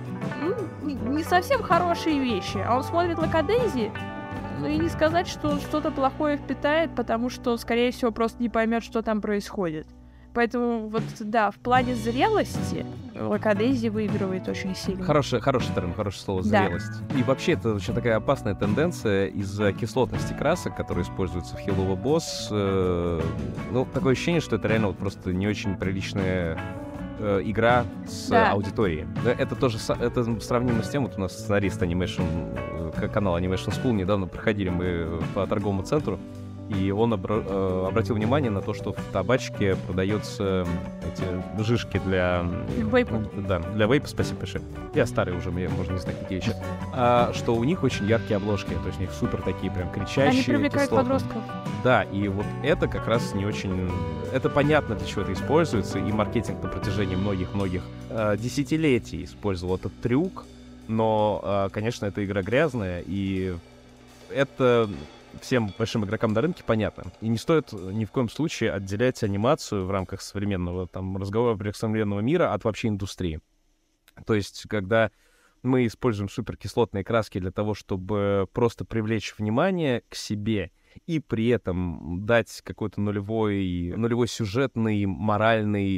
Speaker 1: не совсем хорошие вещи, а он смотрит Лакадейзи, ну и не сказать, что он что-то плохое впитает, потому что он, скорее всего, просто не поймет, что там происходит. Поэтому вот, да, в плане зрелости Лакадейзи выигрывает очень сильно.
Speaker 2: Хороший термин, хорошее слово, зрелость. Да. И вообще это очень такая опасная тенденция из-за кислотности красок, которые используются в Hello Boss. Ну, такое ощущение, что это реально вот просто не очень приличная игра с аудиторией. Это тоже это сравнимо с тем, вот у нас сценарист канала Animation School, недавно проходили мы по торговому центру, и он обратил внимание на то, что в табачке продаются эти жишки для
Speaker 1: вейпа.
Speaker 2: Да, для вейпа, спасибо большое. Я старый уже, мне можно не знать, какие еще. Что у них очень яркие обложки, то есть у них супер такие прям кричащие.
Speaker 1: Они привлекают подростков.
Speaker 2: Да, и вот это как раз не очень... Это понятно, для чего это используется, и маркетинг на протяжении многих-многих десятилетий использовал этот трюк, но, конечно, эта игра грязная, и это... всем большим игрокам на рынке понятно. И не стоит ни в коем случае отделять анимацию в рамках современного разговора про современного мира от вообще индустрии. То есть, когда мы используем суперкислотные краски для того, чтобы просто привлечь внимание к себе и при этом дать какой-то нулевой сюжетный, моральный,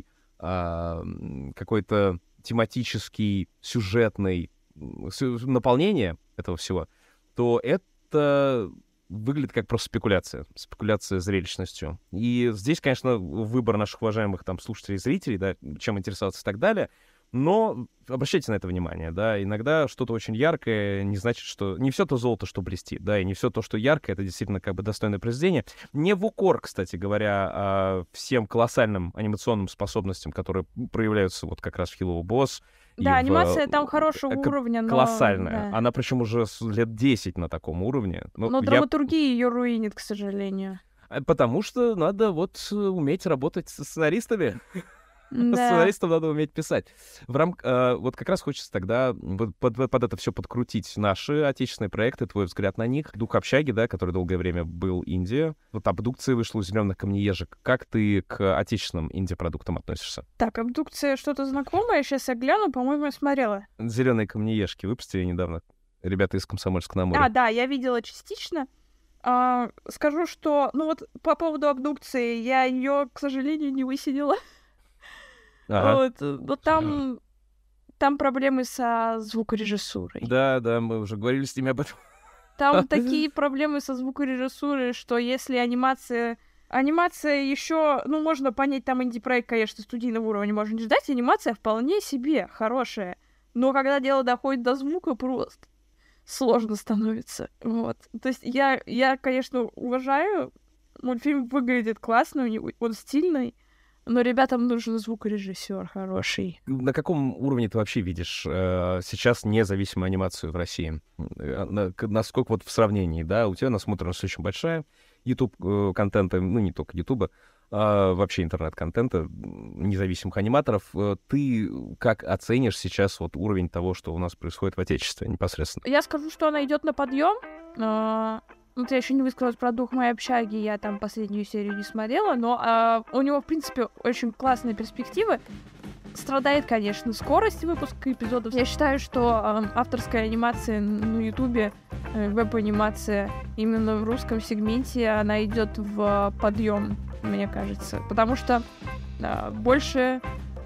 Speaker 2: какой-то тематический, сюжетный наполнение этого всего, то это выглядит как просто спекуляция зрелищностью. И здесь, конечно, выбор наших уважаемых слушателей и зрителей, да, чем интересоваться и так далее, но обращайте на это внимание, да, иногда что-то очень яркое не значит, что... Не все то золото, что блестит, да, и не все то, что яркое, это действительно достойное произведение. Не в укор, кстати говоря, всем колоссальным анимационным способностям, которые проявляются вот как раз в Hello Boss.
Speaker 1: Да, анимация там хорошего уровня, но...
Speaker 2: Колоссальная.
Speaker 1: Да.
Speaker 2: Она причем уже лет 10 на таком уровне.
Speaker 1: Но драматургия ее руинит, к сожалению.
Speaker 2: Потому что надо уметь работать со сценаристами.
Speaker 1: Да.
Speaker 2: Сценаристам надо уметь писать. Вот как раз хочется тогда под это все подкрутить наши отечественные проекты, твой взгляд на них. «Дух общаги», да, который долгое время был инди. Вот «Абдукция» вышла у «Зеленых камнеежек». Как ты к отечественным инди-продуктам относишься?
Speaker 1: Так, «Абдукция» что-то знакомое. Сейчас я гляну, по-моему, я смотрела.
Speaker 2: «Зеленые камнеежки» выпустили недавно. Ребята из «Комсомольска-на-Амуре».
Speaker 1: Да, я видела частично. Скажу, что... по поводу «Абдукции», я ее, к сожалению, не высидела.
Speaker 2: Ага.
Speaker 1: Но там проблемы со звукорежиссурой.
Speaker 2: Да, мы уже говорили с ними об этом.
Speaker 1: Там такие проблемы со звукорежиссурой, что если анимация еще, можно понять, там инди-проект, конечно, студийного уровня можно не ждать, анимация вполне себе хорошая. Но когда дело доходит до звука, просто сложно становится. Вот. То есть я, конечно, уважаю, мультфильм выглядит классно, он стильный, но ребятам нужен звукорежиссер хороший.
Speaker 2: На каком уровне ты вообще видишь сейчас независимую анимацию в России? Насколько вот в сравнении, да? У тебя насмотренность очень большая. YouTube-контента, не только YouTube, а вообще интернет-контента, независимых аниматоров. Ты как оценишь сейчас уровень того, что у нас происходит в Отечестве непосредственно?
Speaker 1: Я скажу, что она идет на подъем. Я еще не высказалась про «Дух моей общаги», я там последнюю серию не смотрела, но у него, в принципе, очень классные перспективы. Страдает, конечно, скорость выпуска эпизодов. Я считаю, что авторская анимация на Ютубе, веб-анимация именно в русском сегменте, она идет в подъем, мне кажется. Потому что больше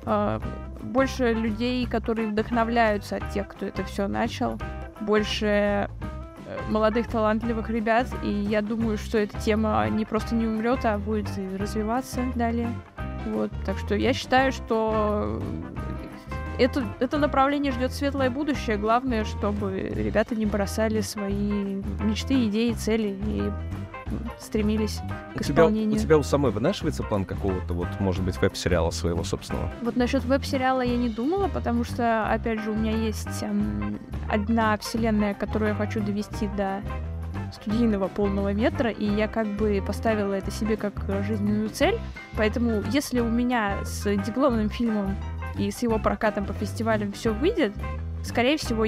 Speaker 1: людей, которые вдохновляются от тех, кто это все начал, больше молодых талантливых ребят, и я думаю, что эта тема не просто не умрет, а будет и развиваться далее. Вот, так что я считаю, что это направление ждет светлое будущее. Главное, чтобы ребята не бросали свои мечты, идеи, цели и стремились к исполнению.
Speaker 2: У тебя у самой вынашивается план какого-то, может быть, веб-сериала своего собственного?
Speaker 1: Вот насчет веб-сериала я не думала, потому что, опять же, у меня есть одна вселенная, которую я хочу довести до студийного полного метра, и я поставила это себе как жизненную цель. Поэтому, если у меня с дипломным фильмом и с его прокатом по фестивалям все выйдет, скорее всего,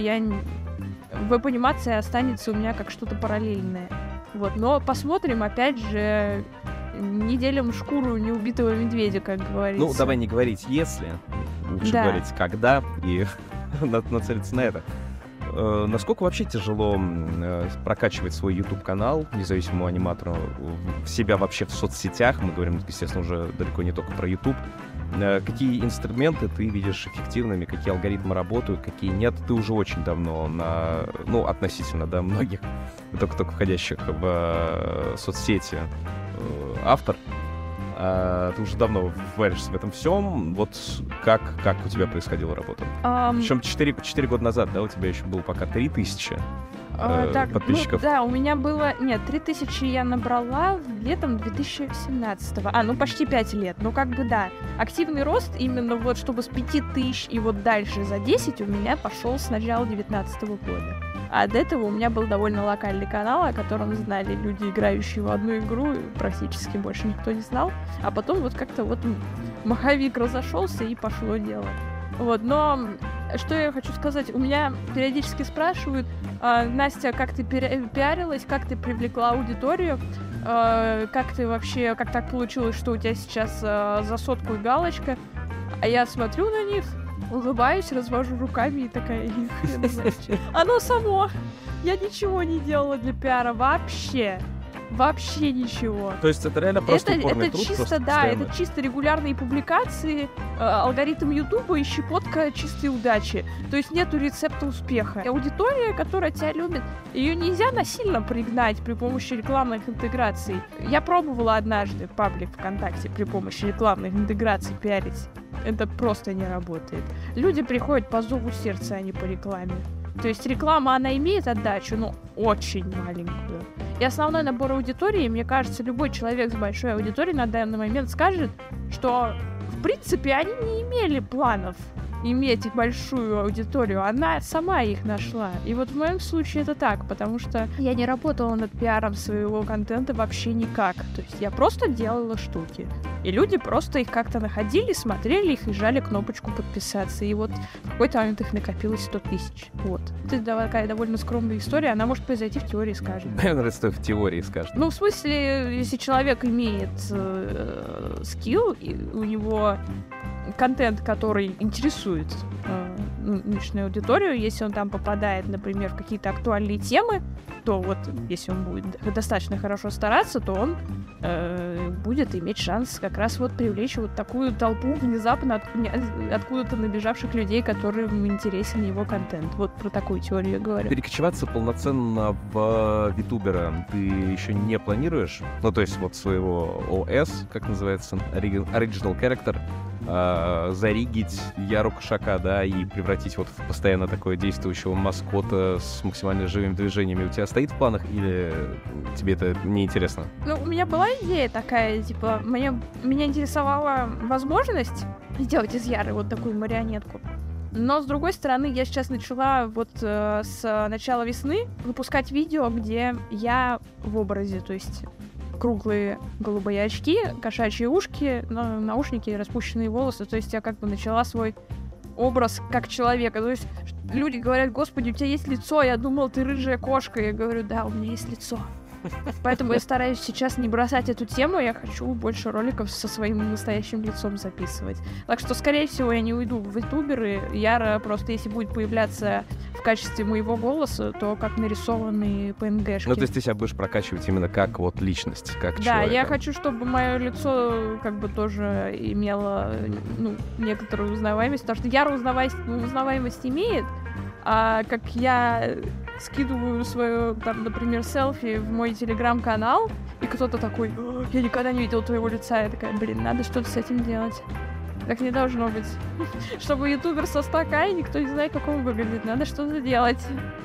Speaker 1: веб-анимация останется у меня как что-то параллельное. Вот, но посмотрим, опять же, не делим шкуру неубитого медведя, как говорится.
Speaker 2: Ну, давай не говорить «если», лучше говорить «когда» и нацелиться на это. Насколько вообще тяжело прокачивать свой YouTube-канал, независимому аниматору, себя вообще в соцсетях? Мы говорим, естественно, уже далеко не только про YouTube. Какие инструменты ты видишь эффективными, какие алгоритмы работают, какие нет? Ты уже очень давно относительно, да, многих, только входящих в соцсети автор. Ты уже давно варишься в этом всем. Вот как у тебя происходила работа? Причем 4 года назад, да, у тебя еще было пока 3000 подписчиков.
Speaker 1: Ну, да, у меня было... Нет, 3000 я набрала летом 2017-го. Почти 5 лет. Ну, как бы, да. Активный рост именно вот, чтобы с 5000 и вот дальше за 10 у меня пошел с начала 19-го года. А до этого у меня был довольно локальный канал, о котором знали люди, играющие в одну игру, и практически больше никто не знал. А потом вот как-то вот маховик разошелся и пошло дело. Вот, но что я хочу сказать, у меня периодически спрашивают: Настя, как ты пиарилась, как ты привлекла аудиторию, как ты вообще, как так получилось, что у тебя сейчас за 100 галочка? А я смотрю на них, улыбаюсь, развожу руками и такая: оно само. Я ничего не делала для пиара вообще. Вообще ничего.
Speaker 2: То есть это реально просто упорный труд?
Speaker 1: Чисто, да, это чисто регулярные публикации, алгоритм Ютуба и щепотка чистой удачи. То есть нету рецепта успеха. И аудитория, которая тебя любит, ее нельзя насильно пригнать при помощи рекламных интеграций. Я пробовала однажды паблик ВКонтакте при помощи рекламных интеграций пиарить. Это просто не работает. Люди приходят по зову сердца, а не по рекламе. То есть реклама, она имеет отдачу, но очень маленькую. И основной набор аудитории, мне кажется, любой человек с большой аудиторией на данный момент скажет, что, в принципе, они не имели планов иметь большую аудиторию, она сама их нашла. И вот в моем случае это так, потому что я не работала над пиаром своего контента вообще никак. То есть я просто делала штуки. И люди просто их как-то находили, смотрели их и жали кнопочку подписаться. И вот в какой-то момент их накопилось 100 000. Вот. Это такая довольно скромная история, она может произойти в теории, скажем.
Speaker 2: Мне нравится, что в теории скажет.
Speaker 1: Ну, в смысле, если человек имеет скилл, и у него контент, который интересует нынешнюю аудиторию, если он там попадает, например, в какие-то актуальные темы, то вот, если он будет достаточно хорошо стараться, то он будет иметь шанс как раз вот привлечь вот такую толпу внезапно откуда-то набежавших людей, которым интересен его контент. Вот про такую теорию я говорю.
Speaker 2: Перекочеваться полноценно в витубера ты еще не планируешь? Ну, то есть вот своего ОС, как называется, Original Character, заригить Яру Кошака, да, и превратить вот в постоянно такое действующего маскота с максимально живыми движениями. У тебя стоит в планах или тебе это не интересно?
Speaker 1: Ну, у меня была идея такая, типа, меня интересовала возможность сделать из Яры вот такую марионетку. Но, с другой стороны, я сейчас начала вот с начала весны выпускать видео, где я в образе, то есть круглые голубые очки, кошачьи ушки, наушники, распущенные волосы. То есть я как бы начала свой образ как человека. То есть люди говорят: господи, у тебя есть лицо, я думал, ты рыжая кошка. Я говорю: да, у меня есть лицо. Поэтому я стараюсь сейчас не бросать эту тему, я хочу больше роликов со своим настоящим лицом записывать. Так что, скорее всего, я не уйду в ютуберы. Яра просто, если будет появляться в качестве моего голоса, то как нарисованные PNG-шки.
Speaker 2: Ну, то есть ты себя будешь прокачивать именно как вот личность, как человека.
Speaker 1: Да, я хочу, чтобы мое лицо как бы тоже имело, некоторую узнаваемость, потому что Яра узнаваемость имеет, а как я скидываю свое, там, например, селфи в мой телеграм-канал, и кто-то такой: я никогда не видел твоего лица. Я такая: блин, надо что-то с этим делать. Так не должно быть. Чтобы ютубер со 100К, и никто не знает, как он выглядит. Надо что-то делать.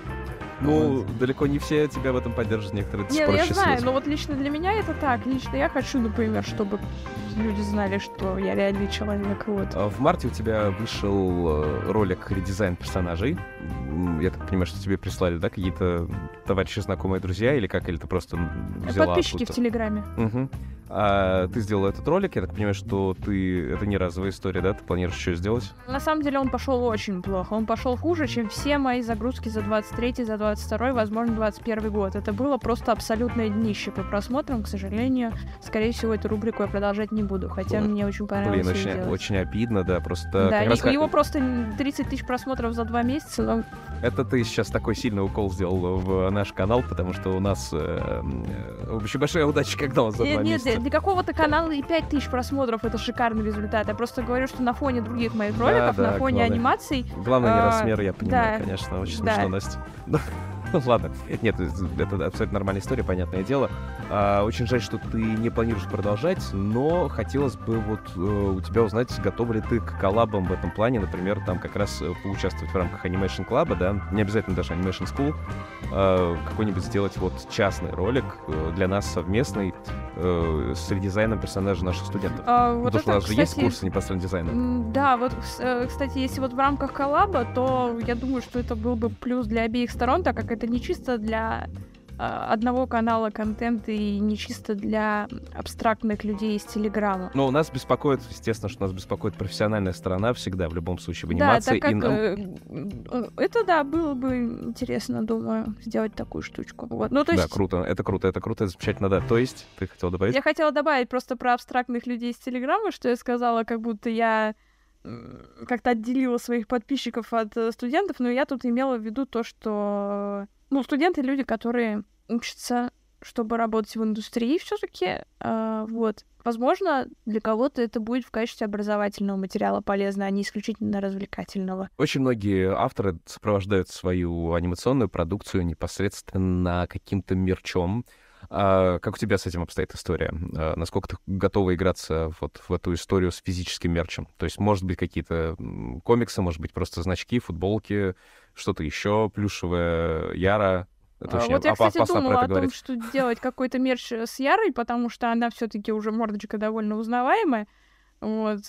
Speaker 2: Ну, далеко не все тебя в этом поддержат, некоторые до сих пор
Speaker 1: я
Speaker 2: счастливы.
Speaker 1: знаю, но вот лично для меня это так. Лично я хочу, например, чтобы люди знали, что я реальный человек. Вот.
Speaker 2: В марте у тебя вышел ролик редизайн персонажей. Я так понимаю, что тебе прислали, да, какие-то товарищи, знакомые, друзья, или как? Или ты просто взяла
Speaker 1: подписчики
Speaker 2: откуда-то?
Speaker 1: в Телеграме.
Speaker 2: Угу. Ты сделала этот ролик, я так понимаю, что это не разовая история, да? Ты планируешь еще сделать?
Speaker 1: На самом деле он пошел очень плохо. Он пошел хуже, чем все мои загрузки за 23-й, за 22-й, возможно, 21 год. Это было просто абсолютное днище по просмотрам, к сожалению. Скорее всего, эту рубрику я продолжать не буду, хотя мне очень понравилось её делать.
Speaker 2: Очень обидно, да, просто...
Speaker 1: Да, у него просто 30 тысяч просмотров за 2 месяца, но...
Speaker 2: Это ты сейчас такой сильный укол сделал в наш канал, потому что у нас очень большая удача, когда он за 2 месяца.
Speaker 1: Для какого-то канала и 5 тысяч просмотров — это шикарный результат. Я просто говорю, что на фоне других моих роликов, на фоне анимаций...
Speaker 2: Главное не размер, я понимаю, конечно, очень смешно, Настя. Ладно, нет, это абсолютно нормальная история, понятное дело. Очень жаль, что ты не планируешь продолжать, но хотелось бы вот у тебя узнать, готова ли ты к коллабам в этом плане, например, там как раз поучаствовать в рамках Animation Club, да, не обязательно даже Animation School, какой-нибудь сделать вот частный ролик для нас совместный с редизайном персонажей наших студентов. Потому что у нас же есть курсы непосредственно дизайна.
Speaker 1: Да, вот, кстати, если вот в рамках коллаба, то я думаю, что это был бы плюс для обеих сторон, так как это не чисто для одного канала контент и не чисто для абстрактных людей из Телеграма.
Speaker 2: Но нас беспокоит, естественно, что нас беспокоит профессиональная сторона всегда, в любом случае, в анимации.
Speaker 1: Да, так как это, да, было бы интересно, думаю, сделать такую штучку. Вот. Ну, то есть...
Speaker 2: Да, круто, это замечательно, да. То есть, ты хотела добавить?
Speaker 1: Я хотела добавить просто про абстрактных людей из Телеграма, что я сказала, как будто я как-то отделила своих подписчиков от студентов, но я тут имела в виду то, что... Ну, студенты — люди, которые учатся, чтобы работать в индустрии все-таки. Вот. Возможно, для кого-то это будет в качестве образовательного материала полезно, а не исключительно развлекательного.
Speaker 2: Очень многие авторы сопровождают свою анимационную продукцию непосредственно каким-то мерчом. Как у тебя с этим обстоит история? Насколько ты готова играться вот в эту историю с физическим мерчем? То есть, может быть, какие-то комиксы, может быть, просто значки, футболки, что-то еще, плюшевое, Яра? Это очень
Speaker 1: вот я, кстати, думала о том,
Speaker 2: говорить.
Speaker 1: что делать какой-то мерч с Ярой, потому что она все-таки уже мордочка довольно узнаваемая. Вот.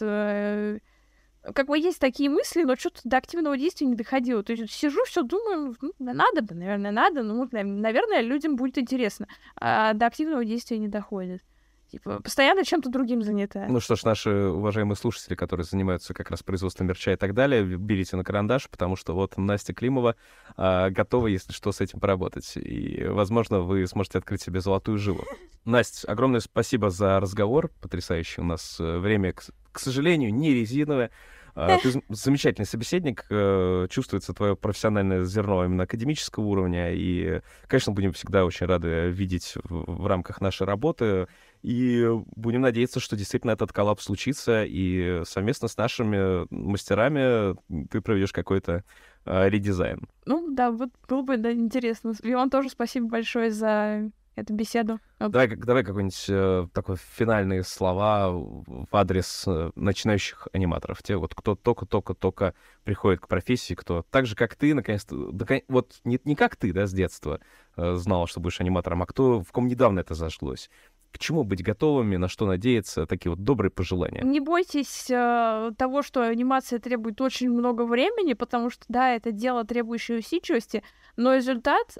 Speaker 1: Как бы есть такие мысли, но что-то до активного действия не доходило. То есть сижу, все думаю, надо бы, наверное, надо, но, наверное, людям будет интересно. А до активного действия не доходит. Типа, постоянно чем-то другим занята.
Speaker 2: Ну что ж, наши уважаемые слушатели, которые занимаются как раз производством мерча и так далее, берите на карандаш, потому что вот Настя Климова готова, если что, с этим поработать. И, возможно, вы сможете открыть себе золотую жилу. Настя, огромное спасибо за разговор. Потрясающее у нас время, к сожалению, не резиновое. Ты замечательный собеседник, чувствуется твое профессиональное зерно именно академического уровня, и, конечно, будем всегда очень рады видеть в рамках нашей работы, и будем надеяться, что действительно этот коллаб случится, и совместно с нашими мастерами ты проведешь какой-то редизайн.
Speaker 1: Ну да, вот было бы интересно. И вам тоже спасибо большое за эту беседу.
Speaker 2: Давай какие-нибудь такие финальные слова в адрес начинающих аниматоров. Те, вот, кто только приходит к профессии, кто так же, как ты, наконец-то... Вот не как ты, да, с детства знал, что будешь аниматором, а кто, в ком недавно это зашлось. К чему быть готовыми, на что надеяться, такие вот добрые пожелания.
Speaker 1: Не бойтесь того, что анимация требует очень много времени, потому что, да, это дело, требующее усидчивости, но результат,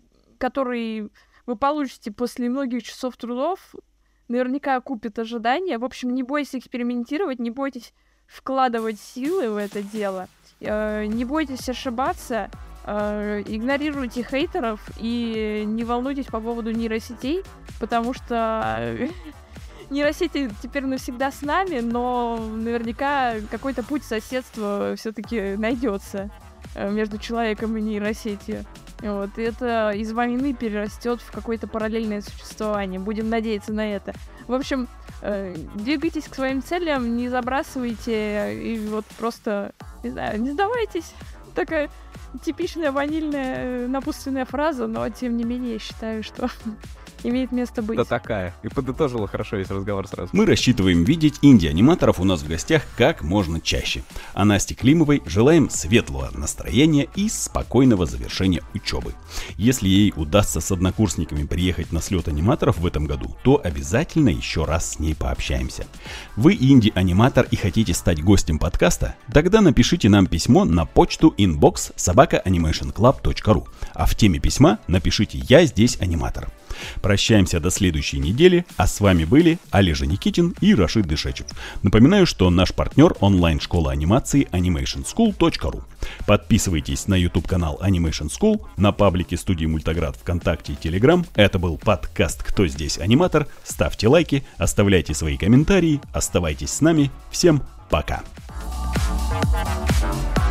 Speaker 1: который вы получите после многих часов трудов, наверняка окупит ожидания. В общем, не бойтесь экспериментировать, не бойтесь вкладывать силы в это дело, не бойтесь ошибаться, игнорируйте хейтеров и не волнуйтесь по поводу нейросетей, потому что нейросети теперь навсегда с нами, но наверняка какой-то путь соседства все-таки найдется между человеком и нейросетью. Вот, и это из войны перерастет в какое-то параллельное существование. Будем надеяться на это. В общем, двигайтесь к своим целям, не забрасывайте и вот просто, не знаю, не сдавайтесь. Такая типичная ванильная напутственная фраза, но тем не менее я считаю, что имеет место быть.
Speaker 2: Да такая. И подытожила хорошо весь разговор сразу.
Speaker 3: Мы рассчитываем видеть инди-аниматоров у нас в гостях как можно чаще. А Насте Климовой желаем светлого настроения и спокойного завершения учебы. Если ей удастся с однокурсниками приехать на слет аниматоров в этом году, то обязательно еще раз с ней пообщаемся. Вы инди-аниматор и хотите стать гостем подкаста? Тогда напишите нам письмо на почту inbox@animationclub.ru, а в теме письма напишите «Я здесь аниматор». Прощаемся до следующей недели, а с вами были Олежа Никитин и Рашид Дышечев. Напоминаю, что наш партнер онлайн-школа анимации animationschool.ru. Подписывайтесь на YouTube-канал Animation School, на паблике студии Мультоград ВКонтакте и Telegram. Это был подкаст «Кто здесь аниматор?». Ставьте лайки, оставляйте свои комментарии, оставайтесь с нами. Всем пока!